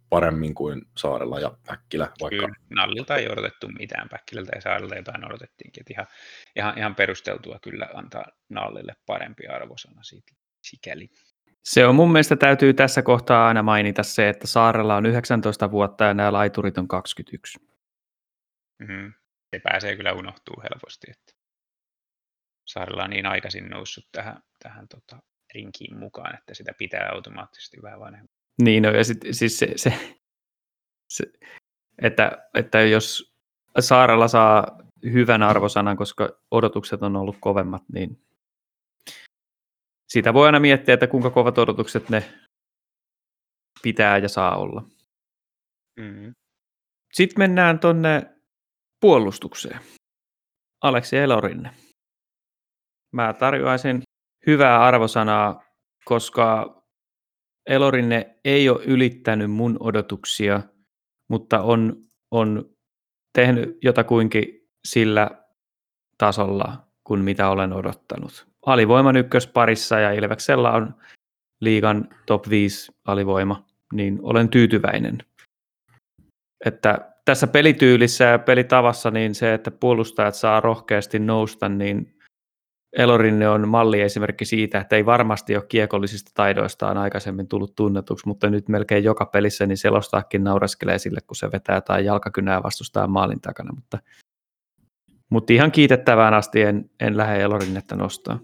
paremmin kuin Saarella ja Päkkilä, vaikka Kyllä, Nallilta ei odotettu mitään, Päkkilältä ja Saarelta jotain odotettiinkin, että ihan perusteltua kyllä antaa Nallille parempi arvosana siitä sikäli. Se on mun mielestä täytyy tässä kohtaa aina mainita se, että Saarella on 19 vuotta ja nämä laiturit on 21. Mm-hmm. Se pääsee kyllä unohtuu helposti, että Saarella on niin aikaisin noussut tähän rinkiin mukaan, että sitä pitää automaattisesti vähän vanhemmin. Niin, no, ja siis että jos Saarella saa hyvän arvosanan, koska odotukset on ollut kovemmat, niin siitä voi aina miettiä, että kuinka kovat odotukset ne pitää ja saa olla. Mm-hmm. Sitten mennään tuonne puolustukseen. Aleksi Elorinne. Mä tarjoaisin hyvää arvosanaa, koska Elorinne ei ole ylittänyt mun odotuksia, mutta on tehnyt jotakuinkin sillä tasolla, kuin mitä olen odottanut. Alivoiman ykkösparissa ja Ilveksellä on liigan top 5 alivoima, niin olen tyytyväinen. Että tässä pelityylissä ja pelitavassa niin se, että puolustajat saa rohkeasti nousta, niin Elorinne on malliesimerkki siitä, että ei varmasti ole kiekollisista taidoistaan aikaisemmin tullut tunnetuksi, mutta nyt melkein joka pelissä niin selostaakin naureskelee sille, kun se vetää tai jalkakynää vastustaa maalin takana, mutta ihan kiitettävään asti en lähde Elorinnetta nostaa.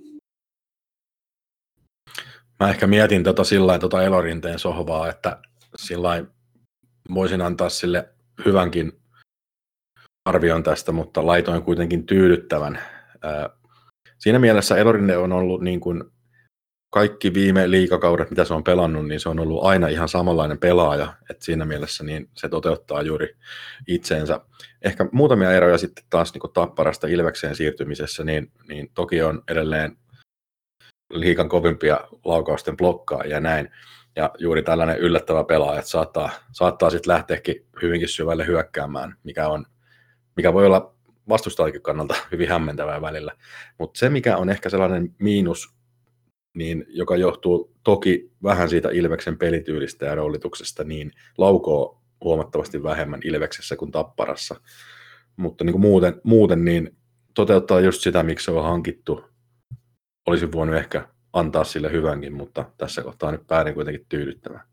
mä ehkä mietin sillä Elorinteen sohvaa, että sillä voisin antaa sille hyvänkin arvion tästä, mutta laitoin kuitenkin tyydyttävän. Siinä mielessä Elorinne on ollut niin kuin kaikki viime liigakaudet, mitä se on pelannut, niin se on ollut aina ihan samanlainen pelaaja, että siinä mielessä niin se toteuttaa juuri itseensä. Ehkä muutamia eroja sitten taas niin kuin Tapparasta Ilvekseen siirtymisessä, niin toki on edelleen liigan kovimpia laukausten blokkaajia ja näin. Ja juuri tällainen yllättävä pelaaja, että saattaa sitten lähteäkin hyvinkin syvälle hyökkäämään, mikä voi olla vastustajakin kannalta hyvin hämmentävää välillä. Mutta se, mikä on ehkä sellainen miinus, niin joka johtuu toki vähän siitä Ilveksen pelityylistä ja roolituksesta, niin laukoo huomattavasti vähemmän Ilveksessä kuin Tapparassa. Mutta niin kuin muuten niin toteuttaa just sitä, miksi se on hankittu. Olisin voinut ehkä antaa sille hyvänkin, mutta tässä kohtaa nyt päädin kuitenkin tyydyttämään.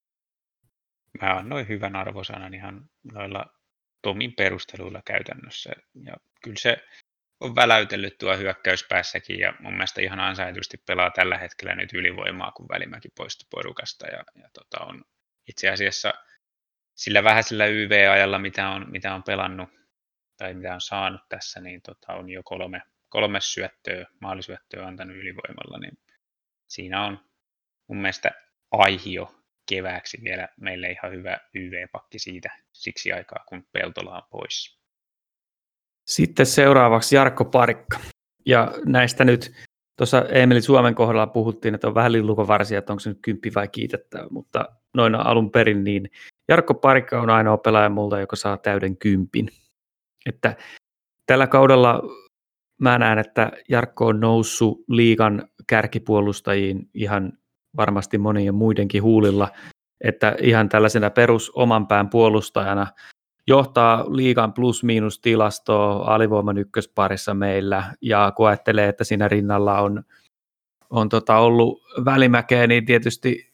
Mä annoin hyvän arvosanan ihan noilla Tomin perusteluilla käytännössä. Ja kyllä se on väläytellyt tuo hyökkäyspäässäkin ja mun mielestä ihan ansaitusti pelaa tällä hetkellä nyt ylivoimaa, kun Välimäki poistui porukasta. Ja on itse asiassa sillä vähäisellä YV-ajalla, mitä on pelannut tai mitä on saanut tässä, niin on jo kolme maalisyöttöä antanut ylivoimalla, niin siinä on mun mielestä aihio kevääksi vielä meille ihan hyvä YV-pakki siitä siksi aikaa, kun Peltola on pois. Sitten seuraavaksi Jarkko Parikka. Ja näistä nyt tuossa Emeli Suomen kohdalla puhuttiin, että on vähän lillukovarsia, että onko se nyt 10 vai kiitettävä, mutta noin alun perin niin Jarkko Parikka on ainoa pelaaja multa, joka saa täyden 10. Että tällä kaudella mä näen, että Jarkko on noussut liigan kärkipuolustajiin ihan varmasti monien muidenkin huulilla, että ihan tällaisena perus oman pään puolustajana johtaa liigan plus-miinus tilastoa alivoiman ykkösparissa meillä, ja kun ajattelee, että siinä rinnalla on ollut Välimäkeä, niin tietysti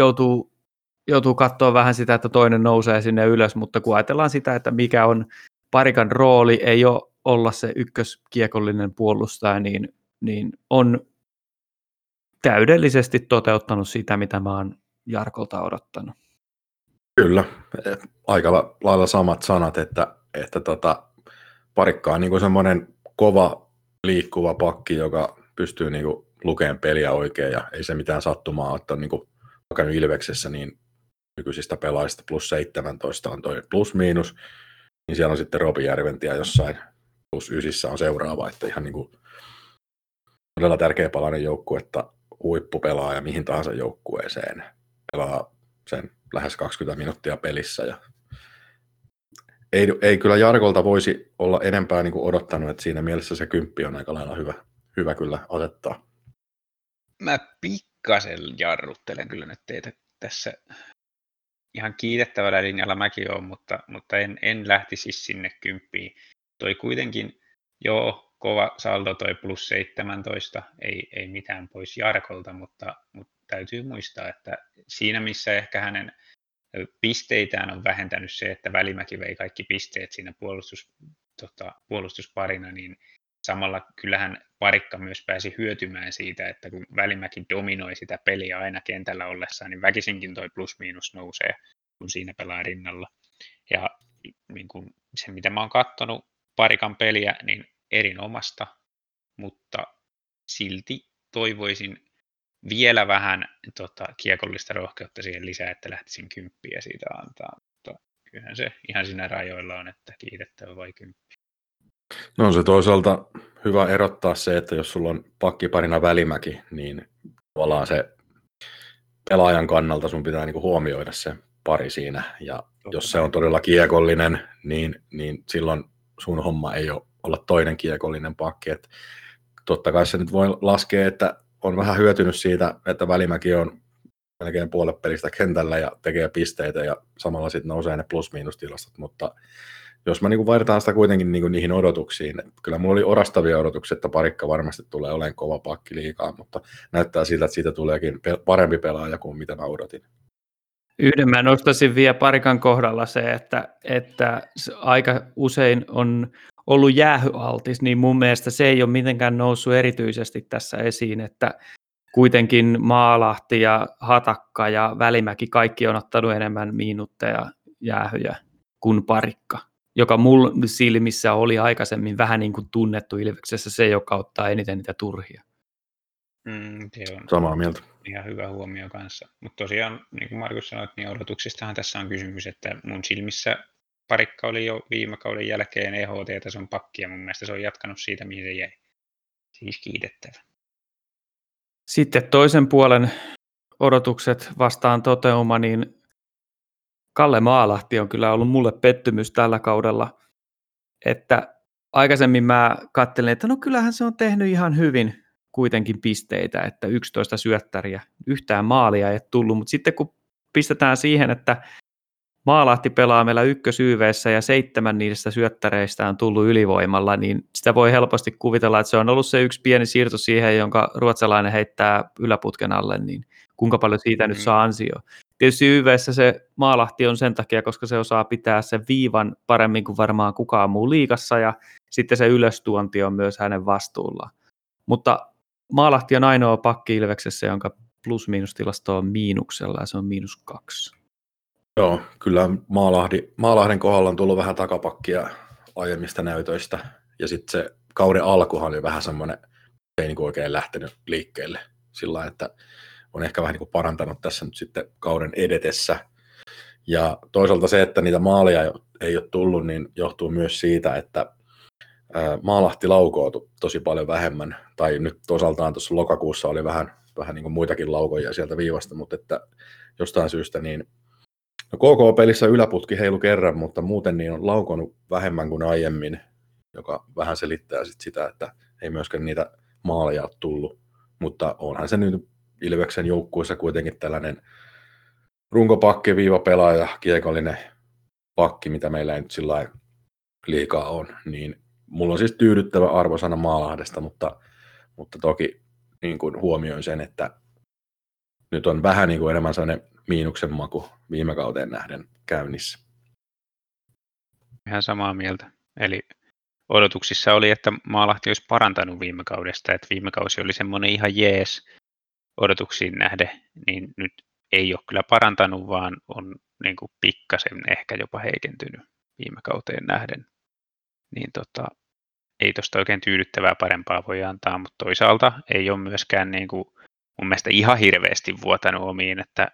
joutuu katsoa vähän sitä, että toinen nousee sinne ylös, mutta kun ajatellaan sitä, että mikä on Parikan rooli, ei ole olla se ykköskiekollinen puolustaja, niin on täydellisesti toteuttanut sitä, mitä mä oon Jarkolta odottanut. Kyllä, aika lailla samat sanat, että Parikka on niin semmoinen kova liikkuva pakki, joka pystyy niin lukemaan peliä oikein ja ei se mitään sattumaa, että on niin käynyt Ilveksessä, niin nykyisistä pelaajista plus 17 on toi plus-miinus, niin siellä on sitten Robi Järventi ja jossain plus 9 on seuraava, että ihan niin kuin todella tärkeä palainen joukkue, että huippupelaaja mihin tahansa joukkueeseen pelaa sen lähes 20 minuuttia pelissä. Ja ei kyllä Jarkolta voisi olla enempää niin kuin odottanut, että siinä mielessä se 10 on aika lailla hyvä kyllä asettaa. Mä pikkasen jarruttelen kyllä nyt teitä tässä ihan kiitettävällä linjalla mäkin olen, mutta en lähtisi sinne 10. Toi kuitenkin, joo, kova saldo toi plus 17, ei mitään pois Jarkolta, mutta täytyy muistaa, että siinä missä ehkä hänen pisteitään on vähentänyt se, että Välimäki vei kaikki pisteet siinä puolustusparina, niin samalla kyllähän Parikka myös pääsi hyötymään siitä, että kun Välimäki dominoi sitä peliä aina kentällä ollessaan, niin väkisinkin toi plus-miinus nousee, kun siinä pelaa rinnalla. Ja niin kun se, mitä mä oon katsonut Parikan peliä, niin erinomasta, mutta silti toivoisin vielä vähän kiekollista rohkeutta siihen lisää, että lähtisin 10 siitä antaa. Mutta kyllähän se ihan siinä rajoilla on, että kiitettävä vai 10. No on se toisaalta hyvä erottaa se, että jos sulla on pakkiparina Välimäki, niin tavallaan se pelaajan kannalta sun pitää niinku huomioida se pari siinä. Ja jos se on todella kiekollinen, niin silloin sun homma ei ole olla toinen kiekollinen pakki. Et totta kai se nyt voi laskea, että on vähän hyötynyt siitä, että Välimäki on melkein puolet pelistä kentällä ja tekee pisteitä ja samalla sitten nousee ne plus-miinustilastot, mutta jos mä niinku vaihdetaan sitä kuitenkin niinku niihin odotuksiin, kyllä mulla oli orastavia odotuksia, että Parikka varmasti tulee olemaan kova pakki liigaa, mutta näyttää siltä, että siitä tuleekin parempi pelaaja kuin mitä mä odotin. Yhden mä nostaisin vielä Parikan kohdalla se, että se aika usein on ollut jäähyaltis, niin mun mielestä se ei ole mitenkään noussut erityisesti tässä esiin, että kuitenkin Maalahti ja Hatakka ja Välimäki kaikki on ottanut enemmän minuutteja jäähyjä kuin Parikka, joka mulla silmissä oli aikaisemmin vähän niin kuin tunnettu Ilveksessä se, joka ottaa eniten niitä turhia. Se on Samaa mieltä. ihan hyvä huomio kanssa. Mutta tosiaan, niin kuin Markus sanoi, niin odotuksistahan tässä on kysymys, että mun silmissä Parikka oli jo viime kauden jälkeen EHT-tason pakki, ja mun mielestä se on jatkanut siitä, mihin se jäi. Siis kiitettävä. Sitten toisen puolen odotukset vastaan toteuma, niin Kalle Maalahti on kyllä ollut mulle pettymys tällä kaudella, että aikaisemmin mä katselin, että no kyllähän se on tehnyt ihan hyvin kuitenkin pisteitä, että 11 syöttäriä, yhtään maalia ei tullut, mutta sitten kun pistetään siihen, että Maalahti pelaa meillä ykkösYV:ssä ja 7 niistä syöttäreistä on tullut ylivoimalla, niin sitä voi helposti kuvitella, että se on ollut se yksi pieni siirto siihen, jonka ruotsalainen heittää yläputken alle, niin kuinka paljon siitä nyt saa ansio. Tietysti YV:ssä se Maalahti on sen takia, koska se osaa pitää sen viivan paremmin kuin varmaan kukaan muu liigassa, ja sitten se ylöstuonti on myös hänen vastuullaan. Mutta Maalahti on ainoa pakki Ilveksessä, jonka plus-miinustilasto on miinuksella, ja se on -2. Joo, kyllä Maalahden kohdalla on tullut vähän takapakkia aiemmista näytöistä, ja sitten se kauden alkuhan oli vähän semmoinen, ei niin kuin oikein lähtenyt liikkeelle sillä, että on ehkä vähän niin kuin parantanut tässä nyt sitten kauden edetessä. Ja toisaalta se, että niitä maaleja ei ole tullut, niin johtuu myös siitä, että Maalahti laukoo tosi paljon vähemmän, tai nyt osaltaan tuossa lokakuussa oli vähän niin kuin muitakin laukoja sieltä viivasta, mutta että jostain syystä niin no KK-pelissä yläputki heilu kerran, mutta muuten niin on laukonut vähemmän kuin aiemmin, joka vähän selittää sitä, että ei myöskään niitä maaleja ole tullut. Mutta onhan se nyt Ilveksen joukkueessa kuitenkin tällainen runkopakki, viivapelaaja, kiekollinen pakki, mitä meillä ei nyt sillä liikaa on. Niin mulla on siis tyydyttävä arvosana Maalahdesta, mutta toki niin kuin huomioin sen, että nyt on vähän niin kuin enemmän sellainen miinuksen maku viime kauteen nähden käynnissä. Ihan samaa mieltä. Eli odotuksissa oli, että Maalahti olisi parantanut viime kaudesta, että viime kausi oli semmoinen ihan jees odotuksiin nähden, niin nyt ei ole kyllä parantanut, vaan on niin kuin pikkasen ehkä jopa heikentynyt viime kauteen nähden. Niin ei tuosta oikein tyydyttävää parempaa voi antaa, mutta toisaalta ei ole myöskään niin kuin mun mielestä ihan hirveästi vuotanut omiin, että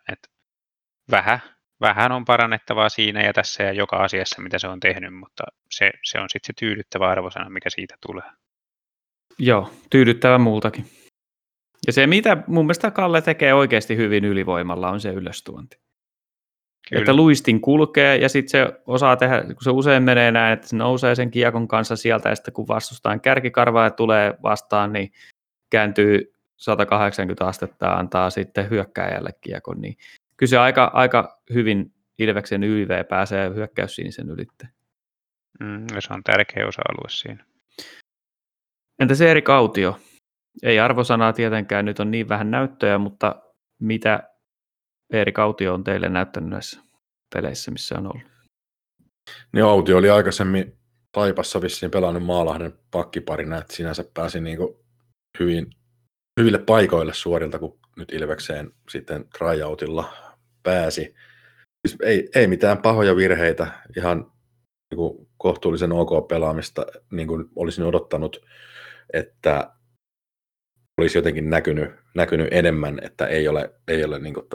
vähän on parannettavaa siinä ja tässä ja joka asiassa, mitä se on tehnyt, mutta se on sitten se tyydyttävä arvosana, mikä siitä tulee. Joo, tyydyttävä multakin. Ja se, mitä mun mielestä Kalle tekee oikeasti hyvin ylivoimalla, on se ylöstuonti. Kyllä. Että luistin kulkee ja sitten se osaa tehdä, kun se usein menee näin, että se nousee sen kiekon kanssa sieltä ja sitten kun vastustaan kärkikarvaa ja tulee vastaan, niin kääntyy 180 astetta ja antaa sitten hyökkääjälle kiekon. Niin kyllä se aika hyvin Ilveksen YV pääsee hyökkäyssinisen ylitte. Ja se on tärkeä osa-alue siinä. Entä se Erik Autio? Ei arvosanaa tietenkään, nyt on niin vähän näyttöjä, mutta mitä Erik Autio on teille näyttänyt näissä peleissä, missä on ollut? Niin Autio oli aikaisemmin Taipassa vissiin pelannut Maalahden pakkiparina, että sinänsä pääsi niin kuin hyville paikoille suorilta, kun nyt Ilvekseen sitten tryoutilla pääsi. Siis ei mitään pahoja virheitä, ihan niin kuin kohtuullisen ok pelaamista, niin kuin olisin odottanut, että olisi jotenkin näkynyt enemmän, että ei ole niin kuin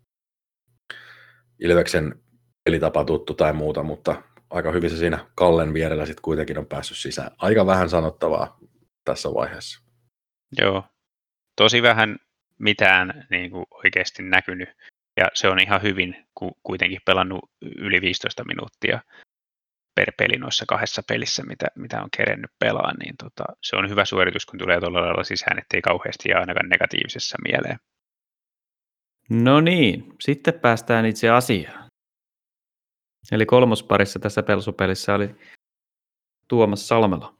Ilveksen pelitapa tuttu tai muuta, mutta aika hyvin se siinä Kallen vierellä sitten kuitenkin on päässyt sisään. Aika vähän sanottavaa tässä vaiheessa. Joo, tosi vähän mitään niin kuin oikeasti näkynyt, ja se on ihan hyvin kuitenkin pelannut yli 15 minuuttia per peli noissa 2 pelissä, mitä on kerennyt pelaa, niin se on hyvä suoritus, kun tulee tuolla lailla sisään, ettei kauheasti jää ainakaan negatiivisessa mieleen. No niin, sitten päästään itse asiaan. Eli kolmosparissa tässä Pelsu-pelissä oli Tuomas Salmela.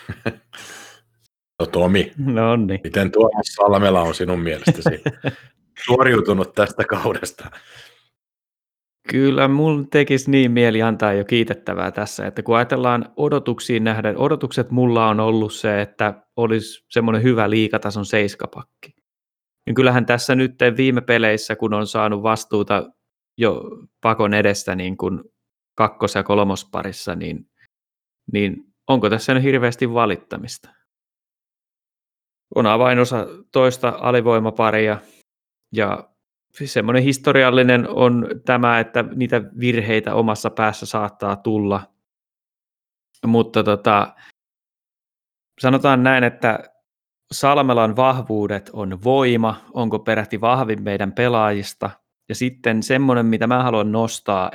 No Tomi, No niin. miten Tuomas Salmela on sinun mielestäsi suoriutunut tästä kaudesta? Kyllä mun tekisi niin mieli antaa jo kiitettävää tässä, että kun ajatellaan odotuksiin nähden, odotukset mulla on ollut se, että olisi semmoinen hyvä liigatason seiskapakki. Ja kyllähän tässä nyt viime peleissä, kun on saanut vastuuta jo pakon edestä niin kuin kakkos- ja kolmosparissa, niin onko tässä nyt hirveästi valittamista? On avainosa toista alivoimaparia ja siis semmoinen historiallinen on tämä, että niitä virheitä omassa päässä saattaa tulla, mutta sanotaan näin, että Salmelan vahvuudet on voima, onko peräti vahvin meidän pelaajista, ja sitten semmoinen, mitä mä haluan nostaa,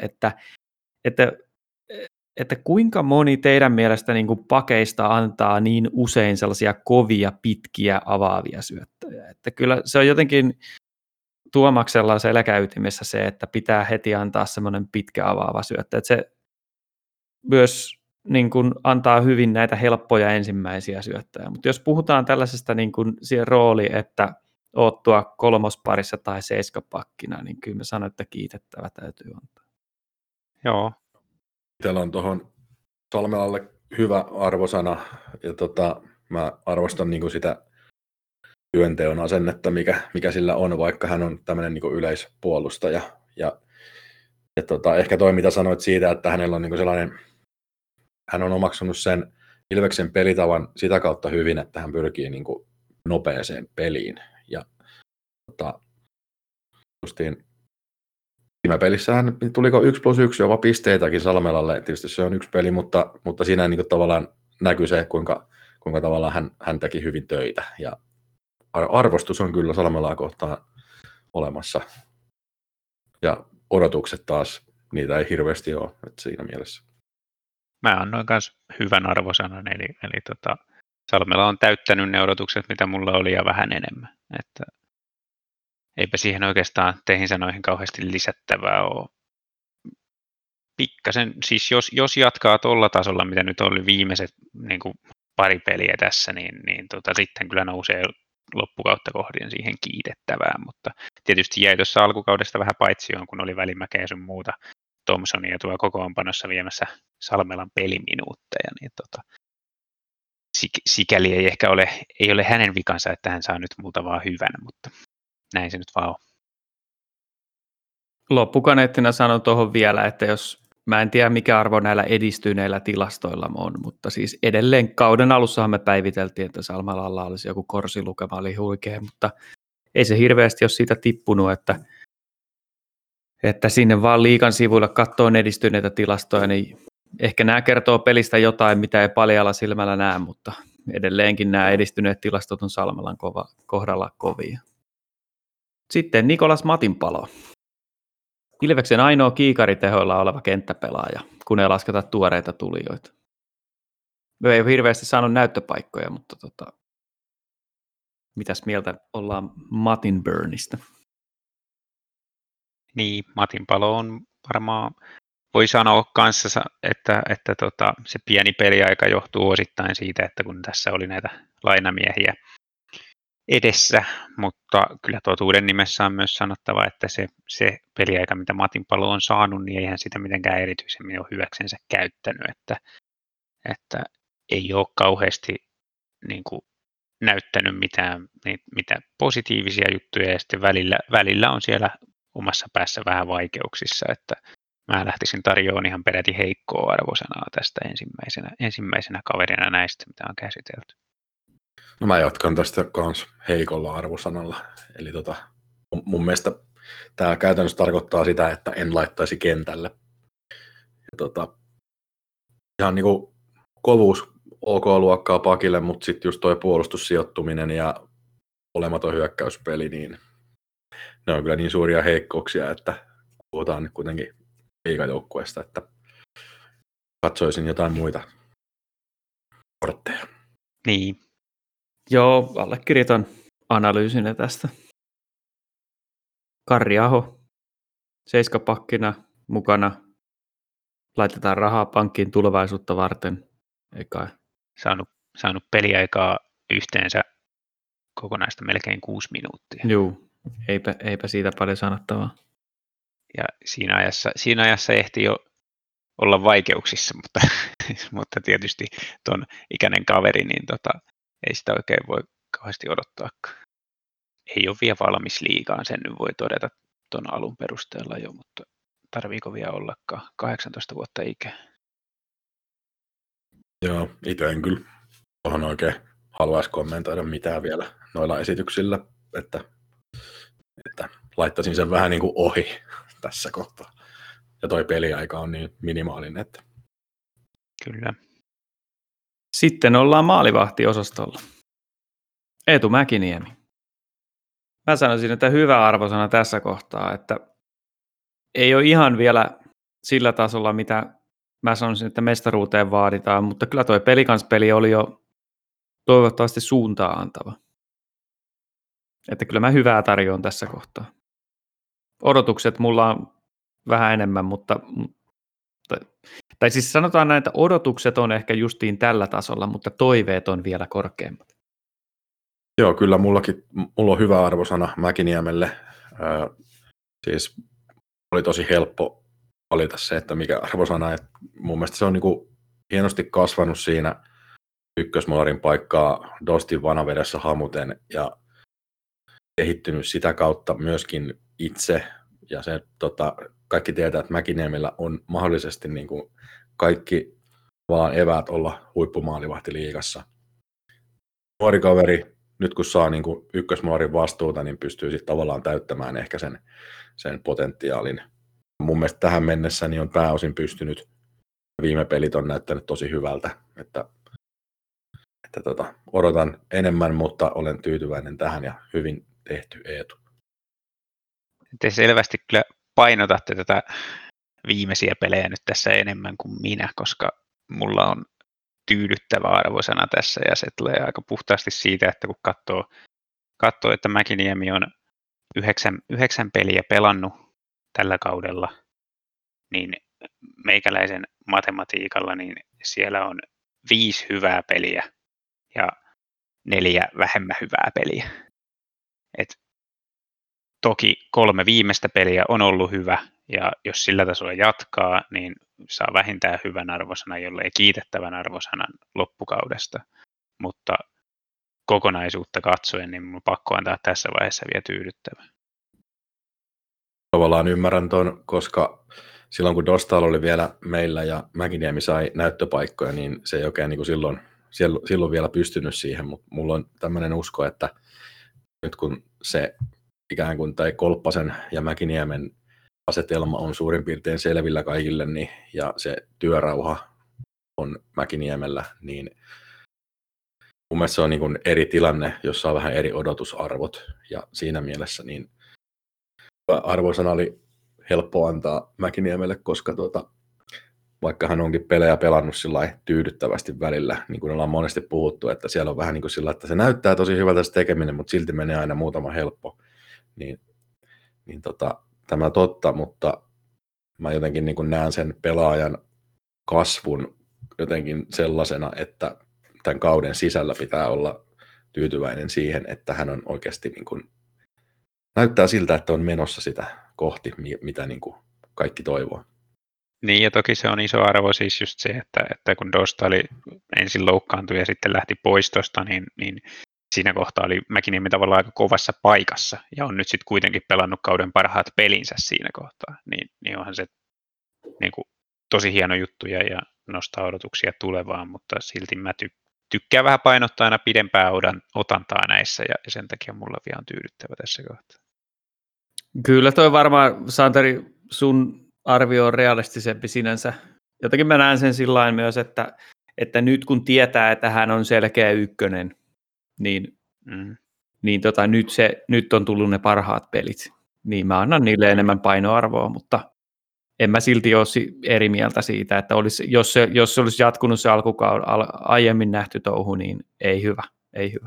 että kuinka moni teidän mielestä niin kuin pakeista antaa niin usein sellaisia kovia, pitkiä, avaavia syöttöjä, että kyllä se on jotenkin Tuomaksella selkäytimessä se, että pitää heti antaa semmoinen pitkä avaava syöttö, että se myös niin kuin antaa hyvin näitä helppoja ensimmäisiä syöttöjä, mutta jos puhutaan tällaisesta niin kuin siihen rooli, että oot tuo kolmosparissa tai seiskapakkina, niin kyllä mä sanon, että kiitettävä täytyy antaa. Joo. Itsellä on tuohon Salmelalle hyvä arvosana, ja mä arvostan niin kuin sitä työnteon asennetta, mikä sillä on, vaikka hän on tämmöinen niin kuin yleispuolustaja. Ja ehkä toi, mitä sanoit siitä, että hänellä on niin kuin sellainen, hän on omaksunut sen Ilveksen pelitavan sitä kautta hyvin, että hän pyrkii niin kuin nopeeseen peliin. Ja justiin viime pelissähän tuliko 1+1 jopa pisteitäkin Salmelalle. Tietysti se on 1 peli, mutta siinä niin kuin tavallaan näkyy se, kuinka tavallaan hän teki hyvin töitä. Ja arvostus on kyllä Salmelaa kohtaan olemassa. Ja odotukset taas, niitä ei hirveästi ole siinä mielessä. Mä annoin myös hyvän arvosanan, eli Salmela on täyttänyt ne odotukset, mitä mulla oli, ja vähän enemmän. Että eipä siihen oikeastaan teihin sanoihin kauheasti lisättävää ole. Pikkasen, siis jos jatkaa tuolla tasolla, mitä nyt oli viimeiset niin kuin pari peliä tässä, niin sitten kyllä nousee loppukautta kohdien siihen kiitettävään, mutta tietysti jäi tuossa alkukaudesta vähän paitsioon, kun oli Välimäkeä sun muuta Thompsonia tuo kokoonpanossa viemässä Salmelan peliminuutteja, niin sikäli ei ole hänen vikansa, että hän saa nyt multa vaan hyvän, mutta näin se nyt vaan on. Loppukaneettina sanon tuohon vielä, että jos mä en tiedä mikä arvo näillä edistyneillä tilastoilla on, mutta siis edelleen kauden alussahan me päiviteltiin, että Salmelalla olisi joku korsilukema, oli huikea, mutta ei se hirveästi ole siitä tippunut, että sinne vaan liigan sivuilla katsoen edistyneitä tilastoja, niin ehkä nämä kertoo pelistä jotain, mitä ei paljalla silmällä näe, mutta edelleenkin nämä edistyneet tilastot on Salmelan kohdalla kovia. Sitten Nikolas Matinpalo. Ilveksen ainoa kiikaritehoilla oleva kenttäpelaaja, kun ei lasketa tuoreita tulijoita. Me ei ole hirveästi saanut näyttöpaikkoja, mutta mitäs mieltä ollaan Matin Burnista? Niin, Matinpalo on varmaan voi sanoa kanssa, että se pieni peliaika johtuu osittain siitä, että kun tässä oli näitä lainamiehiä edessä, mutta kyllä totuuden nimessä on myös sanottava, että se peliaika, mitä Matin Palo on saanut, niin eihän sitä mitenkään erityisemmin ole hyväksensä käyttänyt, että ei ole kauheasti niin kuin näyttänyt mitään positiivisia juttuja, ja sitten välillä on siellä omassa päässä vähän vaikeuksissa, että mä lähtisin tarjoamaan ihan peräti heikkoa arvosanaa tästä ensimmäisenä kaverina näistä, mitä on käsitelty. No mä jatkan tästä kans heikolla arvosanalla. Eli mun mielestä tämä käytännössä tarkoittaa sitä, että en laittaisi kentälle. Ja ihan niinku kovuus OK-luokkaa pakille, mutta sitten just toi puolustussijoittuminen ja olematon hyökkäyspeli, niin ne on kyllä niin suuria heikkouksia, että puhutaan nyt kuitenkin liigajoukkueesta, että katsoisin jotain muita kortteja. Niin. Joo, allekirjoitan analyysinne tästä. Karri Aho, seiskapakkina mukana. Laitetaan rahaa pankkiin tulevaisuutta varten. Ei kai. Saanut peliaikaa yhteensä kokonaista melkein 6 minuuttia. Juu, eipä siitä paljon sanottavaa. Ja siinä ajassa ehti jo olla vaikeuksissa, mutta tietysti ton ikäinen kaveri, niin ei sitä oikein voi kauheasti odottaakaan. Ei ole vielä valmis liigaan, sen nyt voi todeta ton alun perusteella jo, mutta tarviiko vielä ollakaan 18 vuotta ikää? Joo, itse en kyllä tuohon oikein haluaisi kommentoida mitään vielä noilla esityksillä, että laittaisin sen vähän niin kuin ohi tässä kohtaa. Ja toi peliaika on niin minimaalinen, että... Kyllä. Sitten ollaan maalivahtiosastolla. Eetu Mäkiniemi. Mä sanoisin, että hyvä arvosana tässä kohtaa, että ei ole ihan vielä sillä tasolla, mitä mä sanoisin, että mestaruuteen vaaditaan, mutta kyllä toi Pelicans-peli oli jo toivottavasti suuntaa antava. Että kyllä mä hyvää tarjoan tässä kohtaa. Odotukset mulla on vähän enemmän, tai siis sanotaan näin, että odotukset on ehkä justiin tällä tasolla, mutta toiveet on vielä korkeammat. Joo, kyllä mulla on hyvä arvosana Mäkiniemelle. Siis oli tosi helppo valita se, että mikä arvosana. Et mun mielestä se on niinku hienosti kasvanut siinä ykkösmolarin paikkaa Dostin vanavedessä hamuten ja kehittynyt sitä kautta myöskin itse. Ja se, kaikki tietää, että Mäkiniemellä on mahdollisesti niinku kaikki vaan eväät olla huippumaalivahtiliigassa. Nuori kaveri, nyt kun saa niinku ykkösmolarin vastuuta, niin pystyy sitten tavallaan täyttämään ehkä sen potentiaalin. Mun mielestä tähän mennessä niin on pääosin pystynyt. Viime pelit on näyttänyt tosi hyvältä, että odotan enemmän, mutta olen tyytyväinen tähän ja hyvin tehty Eetu. Te selvästi kyllä painotatte tätä viimeisiä pelejä nyt tässä enemmän kuin minä, koska mulla on tyydyttävä arvosana tässä ja se tulee aika puhtaasti siitä, että kun katsoo että Mäkiniemi on 9 peliä pelannut tällä kaudella, niin meikäläisen matematiikalla niin siellä on 5 hyvää peliä ja 4 vähemmän hyvää peliä. Et toki 3 viimeistä peliä on ollut hyvä, ja jos sillä tasolla jatkaa, niin saa vähintään hyvän arvosanan, jollei kiitettävän arvosanan loppukaudesta. Mutta kokonaisuutta katsoen, niin minun on pakko antaa tässä vaiheessa vielä tyydyttävä. Tavallaan ymmärrän ton, koska silloin kun Dostal oli vielä meillä ja Mäkiniemi sai näyttöpaikkoja, niin se ei oikein niin kuin silloin vielä pystynyt siihen, mutta mulla on tämmöinen usko, että nyt kun se ikään kuin tai Kolppasen ja Mäkiniemen asetelma on suurin piirtein selvillä kaikille, niin, ja se työrauha on Mäkiniemellä, niin mun mielestä se on niin kuin eri tilanne, jossa on vähän eri odotusarvot, ja siinä mielessä niin arvosana oli helppo antaa Mäkiniemelle, koska vaikka hän onkin pelejä pelannut sillä tyydyttävästi välillä, niin kuin ollaan monesti puhuttu, että siellä on vähän niin kuin sillä, että se näyttää tosi hyvältä se tekeminen, mutta silti menee aina muutama helppo. Niin tämä totta, mutta mä jotenkin niin kuin näen sen pelaajan kasvun jotenkin sellaisena, että tämän kauden sisällä pitää olla tyytyväinen siihen, että hän on oikeasti niin kuin, näyttää siltä, että on menossa sitä kohti, mitä niin kuin kaikki toivoo. Niin, ja toki se on iso arvo siis just se, että kun Dosta oli ensin loukkaantui ja sitten lähti pois tosta, niin siinä kohtaa oli Mäkiniemi tavallaan aika kovassa paikassa, ja on nyt sitten kuitenkin pelannut kauden parhaat pelinsä siinä kohtaa, niin onhan se niin kuin tosi hieno juttu ja nostaa odotuksia tulevaan, mutta silti mä tykkään vähän painottaa aina pidempää otantaa näissä, ja sen takia mulla vielä on tyydyttävä tässä kohtaa. Kyllä toi varmaan, Santeri, sun arvio on realistisempi sinänsä. Jotenkin mä näen sen sillain myös, että nyt kun tietää, että hän on selkeä ykkönen, niin nyt on tullut ne parhaat pelit. Niin mä annan niille enemmän painoarvoa, mutta en mä silti ole eri mieltä siitä, että jos se olisi jatkunut se alkukauden aiemmin nähty touhu, niin ei hyvä.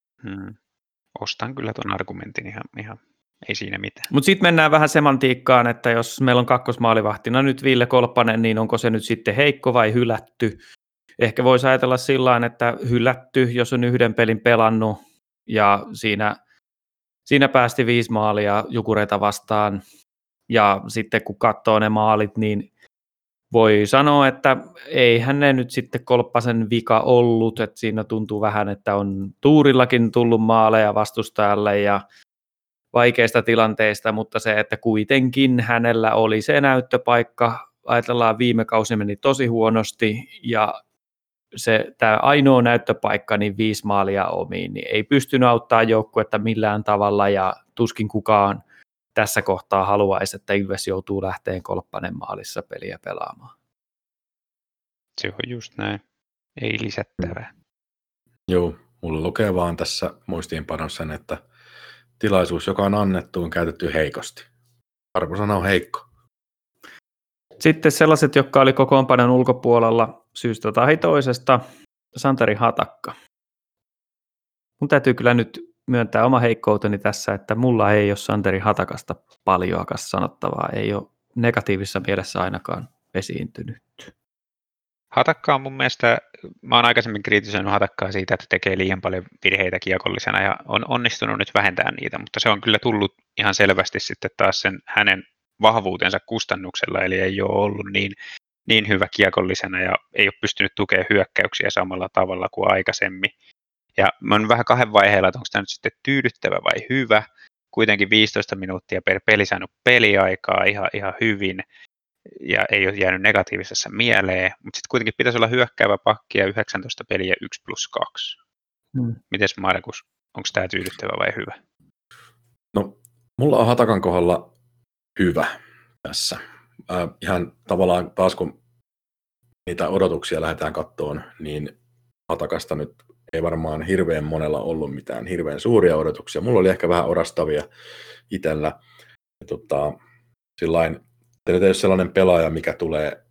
Ostan kyllä ton argumentin ihan ei siinä mitään. Mutta sitten mennään vähän semantiikkaan, että jos meillä on kakkosmaalivahtina nyt Ville Kolppanen, niin onko se nyt sitten heikko vai hylätty? Ehkä voisi ajatella sillain, että hylätty, jos on yhden pelin pelannut ja siinä päästi 5 maalia Jukureita vastaan. Ja sitten kun katsoo ne maalit, niin voi sanoa, että eihän ne nyt sitten Kolppasen vika ollut, että siinä tuntuu vähän, että on tuurillakin tullut maaleja vastustajalle ja vaikeista tilanteista, mutta se, että kuitenkin hänellä oli se näyttöpaikka, ajatellaan viime kausi meni tosi huonosti ja tämä ainoa näyttöpaikka, niin 5 maalia omiin, niin ei pystynyt auttaa joukkuetta millään tavalla ja tuskin kukaan tässä kohtaa haluaisi, että Ilves joutuu lähteen Kolppanen maalissa peliä pelaamaan. Se on just näin. Ei lisättävää. Joo, mulla lukee vaan tässä muistiinpanossa, että tilaisuus, joka on annettu, on käytetty heikosti. Arvosana on heikko. Sitten sellaiset, jotka oli kokoonpanon ulkopuolella syystä tai toisesta, Santeri Hatakka. Mun täytyy kyllä nyt myöntää oma heikkouteni tässä, että mulla ei ole Santeri Hatakasta paljoakaan sanottavaa. Ei ole negatiivisessa mielessä ainakaan esiintynyt. Hatakka on mun mielestä, mä oon aikaisemmin kritisoinut Hatakkaa siitä, että tekee liian paljon virheitä kiekollisena ja on onnistunut nyt vähentämään niitä, mutta se on kyllä tullut ihan selvästi sitten taas sen hänen vahvuutensa kustannuksella, eli ei ole ollut niin hyvä kiekollisena ja ei ole pystynyt tukemaan hyökkäyksiä samalla tavalla kuin aikaisemmin. Ja mä oon vähän kahden vaiheella, että onko tämä nyt sitten tyydyttävä vai hyvä. Kuitenkin 15 minuuttia per peli saanut peliaikaa ihan hyvin ja ei ole jäänyt negatiivisessa mieleen, mutta sitten kuitenkin pitäisi olla hyökkäävä pakki ja 19 peliä 1+2. Mites Markus, onko tämä tyydyttävä vai hyvä? No, mulla on Hatakan kohdalla hyvä tässä. Ihan tavallaan taas kun niitä odotuksia lähdetään kattoon, niin Hatakasta nyt ei varmaan hirveän monella ollut mitään hirveän suuria odotuksia. Mulla oli ehkä vähän orastavia itsellä. Sillain, nyt ei ole sellainen pelaaja, mikä tulee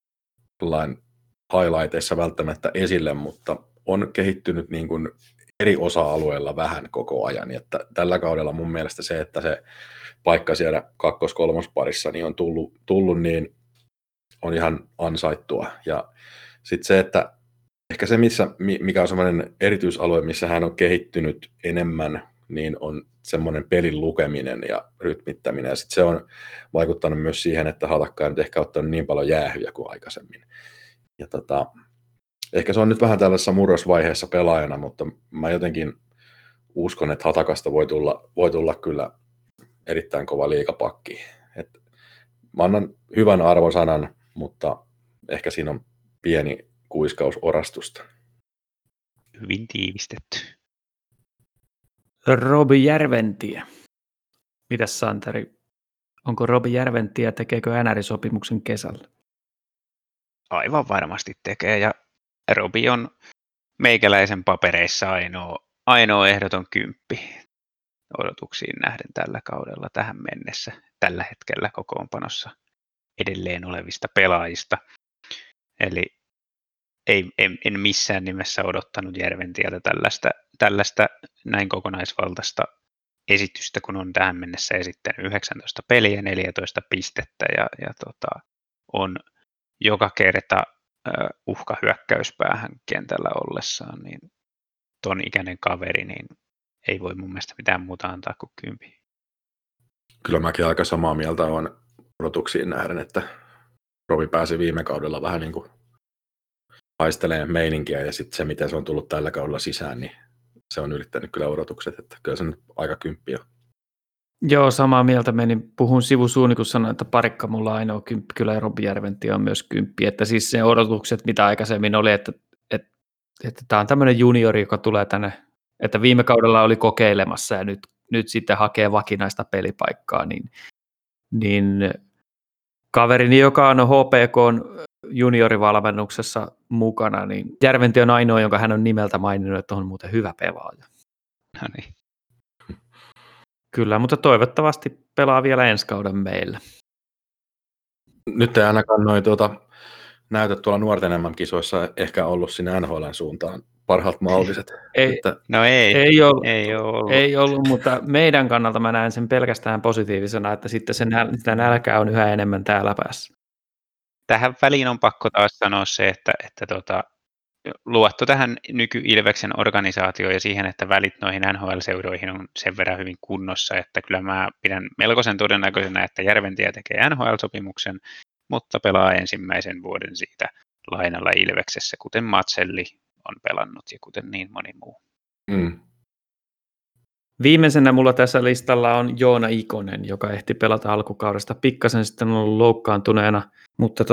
highlighteissa välttämättä esille, mutta on kehittynyt niin kuin eri osa-alueilla vähän koko ajan. Että tällä kaudella mun mielestä se, että se paikka siellä kakkos-kolmosparissa niin on tullut, niin on ihan ansaittua. Ja sitten se, että ehkä se, mikä on semmoinen erityisalue, missä hän on kehittynyt enemmän, niin on semmoinen pelin lukeminen ja rytmittäminen. Ja sitten se on vaikuttanut myös siihen, että Hatakka ei nyt ehkä ottanut niin paljon jäähyjä kuin aikaisemmin. Ja ehkä se on nyt vähän tällaisessa murrosvaiheessa pelaajana, mutta mä jotenkin uskon, että Hatakasta voi tulla kyllä erittäin kova liigapakki. Mä annan hyvän arvosanan, mutta ehkä siinä on pieni kuiskaus orastusta. Hyvin tiivistetty. Robi Järventie. Mitäs Santeri? Onko Robi Järventie, tekeekö NR-sopimuksen kesällä? Aivan varmasti tekee, ja Robi on meikäläisen papereissa ainoa ehdoton 10 odotuksiin nähden tällä kaudella tähän mennessä, tällä hetkellä kokoonpanossa edelleen olevista pelaajista. Eli en missään nimessä odottanut Järventieltä tällaista näin kokonaisvaltaista esitystä, kun on tähän mennessä esittänyt 19 peliä, 14 pistettä ja on joka kerta uhka hyökkäyspäähän kentällä ollessaan, niin ton ikäinen kaveri, niin ei voi mun mielestä mitään muuta antaa kuin 10. Kyllä mäkin aika samaa mieltä olen odotuksiin nähden, että Robi pääsi viime kaudella vähän niin kuin haistelemaan meininkiä ja sitten se, miten se on tullut tällä kaudella sisään, niin se on ylittänyt kyllä odotukset, että kyllä se nyt aika 10 on. Joo, samaa mieltä puhun sivusuuni, kun sanoin, että Parikka mulla on ainoa 10, kyllä Robi Järventi on myös 10, että siis se odotukset, mitä aikaisemmin oli, että tämä on tämmöinen juniori, joka tulee tänne, että viime kaudella oli kokeilemassa ja nyt sitten hakee vakinaista pelipaikkaa, niin kaverini, joka on HPK:n juniorivalmennuksessa mukana, niin Järventi on ainoa, jonka hän on nimeltä maininnut, että on muuten hyvä pelaaja. No niin. Kyllä, mutta toivottavasti pelaa vielä ensi kauden meillä. Nyt ei ainakaan näytä tuolla nuorten MM-kisoissa ehkä ollut sinne NHL:n suuntaan parhaat mahdolliset. Ei, että No ei ollut, mutta meidän kannalta mä näen sen pelkästään positiivisena, että sitten sitä nälkää on yhä enemmän täällä päässä. Tähän väliin on pakko taas sanoa se, että luotto tähän nyky-Ilveksen organisaatioon ja siihen, että välit noihin NHL-seuroihin on sen verran hyvin kunnossa, että kyllä mä pidän melkoisen todennäköisenä, että Järventie tekee NHL-sopimuksen, mutta pelaa ensimmäisen vuoden siitä lainalla Ilveksessä, kuten Matselli on pelannut ja kuten niin moni muu. Viimeisenä mulla tässä listalla on Joona Ikonen, joka ehti pelata alkukaudesta. Pikkasen sitten on ollut loukkaantuneena, mutta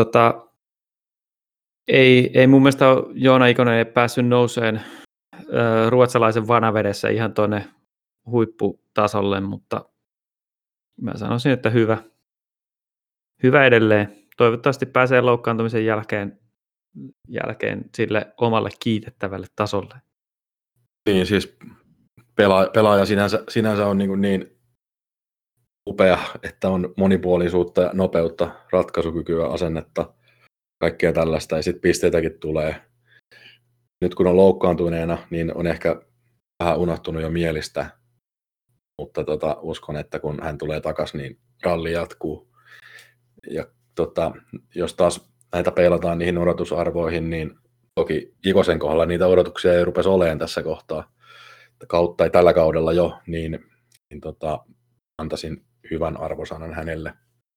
ei mun mielestä Joona Ikonen ei päässyt nouseen ruotsalaisen vanavedessä ihan tuonne huipputasolle, mutta mä sanoisin, että hyvä edelleen. Toivottavasti pääsee loukkaantumisen jälkeen sille omalle kiitettävälle tasolle. Niin siis pelaaja sinänsä on niin upea, että on monipuolisuutta ja nopeutta, ratkaisukykyä, asennetta, kaikkea tällaista, ja sitten pisteitäkin tulee. Nyt kun on loukkaantuneena, niin on ehkä vähän unohtunut jo mielistä, mutta uskon, että kun hän tulee takaisin, niin ralli jatkuu. Ja jos taas näitä peilataan niihin odotusarvoihin, niin toki Ikosen kohdalla niitä odotuksia ei rupesi olemaan tässä kohtaa kautta tai tällä kaudella jo, niin antaisin hyvän arvosanan hänelle.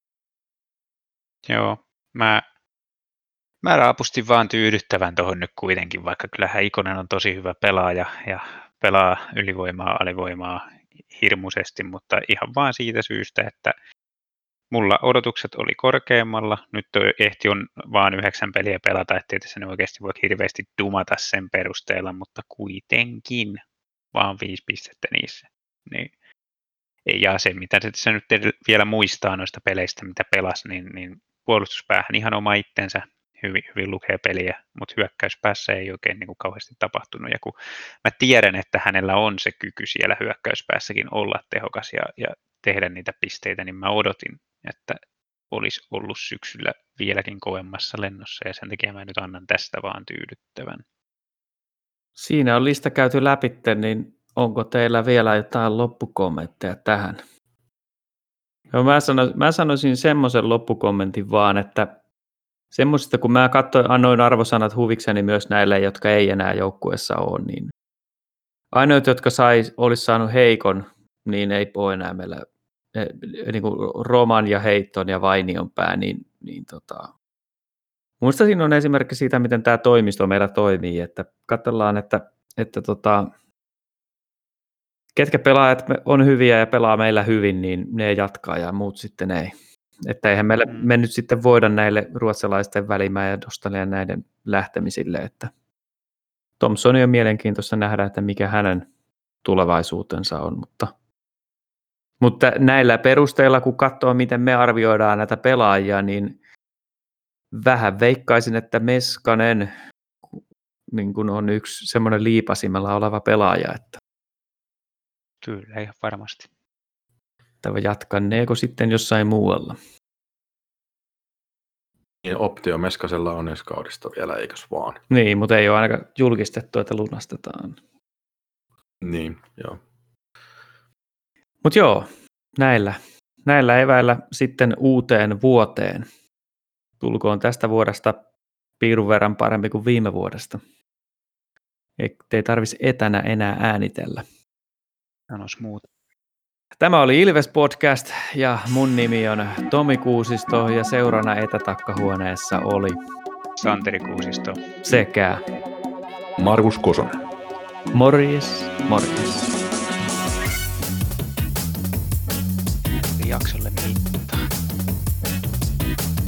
Joo, mä raapustin vaan tyydyttävän tuohon nyt kuitenkin, vaikka kyllähän Ikonen on tosi hyvä pelaaja ja pelaa ylivoimaa, alivoimaa hirmuisesti, mutta ihan vaan siitä syystä, että mulla odotukset oli korkeammalla, nyt ehti on vaan 9 peliä pelata, ettei tässä ne oikeasti voi hirveästi dumata sen perusteella, mutta kuitenkin vaan 5 pistettä niissä. Niin. Ja se, mitä se nyt vielä muistaa noista peleistä, mitä pelasi, niin puolustuspäähän ihan oma itsensä hyvin lukee peliä, mutta hyökkäyspäässä ei oikein niin kuin kauheasti tapahtunut. Ja kun mä tiedän, että hänellä on se kyky siellä hyökkäyspäässäkin olla tehokas ja tehdä niitä pisteitä, niin mä odotin, että olisi ollut syksyllä vieläkin kovemmassa lennossa, ja sen takia mä nyt annan tästä vaan tyydyttävän. Siinä on lista käyty läpi, niin onko teillä vielä jotain loppukommentteja tähän? Joo, mä sanoisin semmoisen loppukommentin vaan, että semmoisesta, kun mä annoin arvosanat huvikseni myös näille, jotka ei enää joukkueessa ole, niin ainoat, jotka olisi saanut heikon, niin ei ole enää meillä, niin kuin Roman ja Heitton ja Vainionpää, niin minusta siinä on esimerkki siitä, miten tämä toimisto meillä toimii, että katsellaan, että ketkä pelaajat on hyviä ja pelaa meillä hyvin, niin ne jatkaa ja muut sitten ei. Että eihän me nyt sitten voida näille ruotsalaisten Välimäen ja Dostalien näiden lähtemisille, että Thompson on mielenkiintoista nähdä, että mikä hänen tulevaisuutensa on, mutta näillä perusteilla, kun katsoo, miten me arvioidaan näitä pelaajia, niin vähän veikkaisin, että Meskanen niin kun on yksi semmoinen liipasimella oleva pelaaja. Että kyllä, ihan varmasti. Jatkaneeko sitten jossain muualla? Niin, optio Meskasella on ensi kaudesta vielä, eikös vaan? Niin, mutta ei ole ainakaan julkistettu, että lunastetaan. Niin, joo. Mutta joo, näillä eväillä sitten uuteen vuoteen. Tulkoon tästä vuodesta piirun verran parempi kuin viime vuodesta. Ei tarvitsisi etänä enää äänitellä. Sanos muuta. Tämä oli Ilves Podcast ja mun nimi on Tomi Kuusisto ja seurana etätakkahuoneessa oli Santeri Kuusisto. sekä Markus Kosonen. Morjes. Jaksolle mittaa.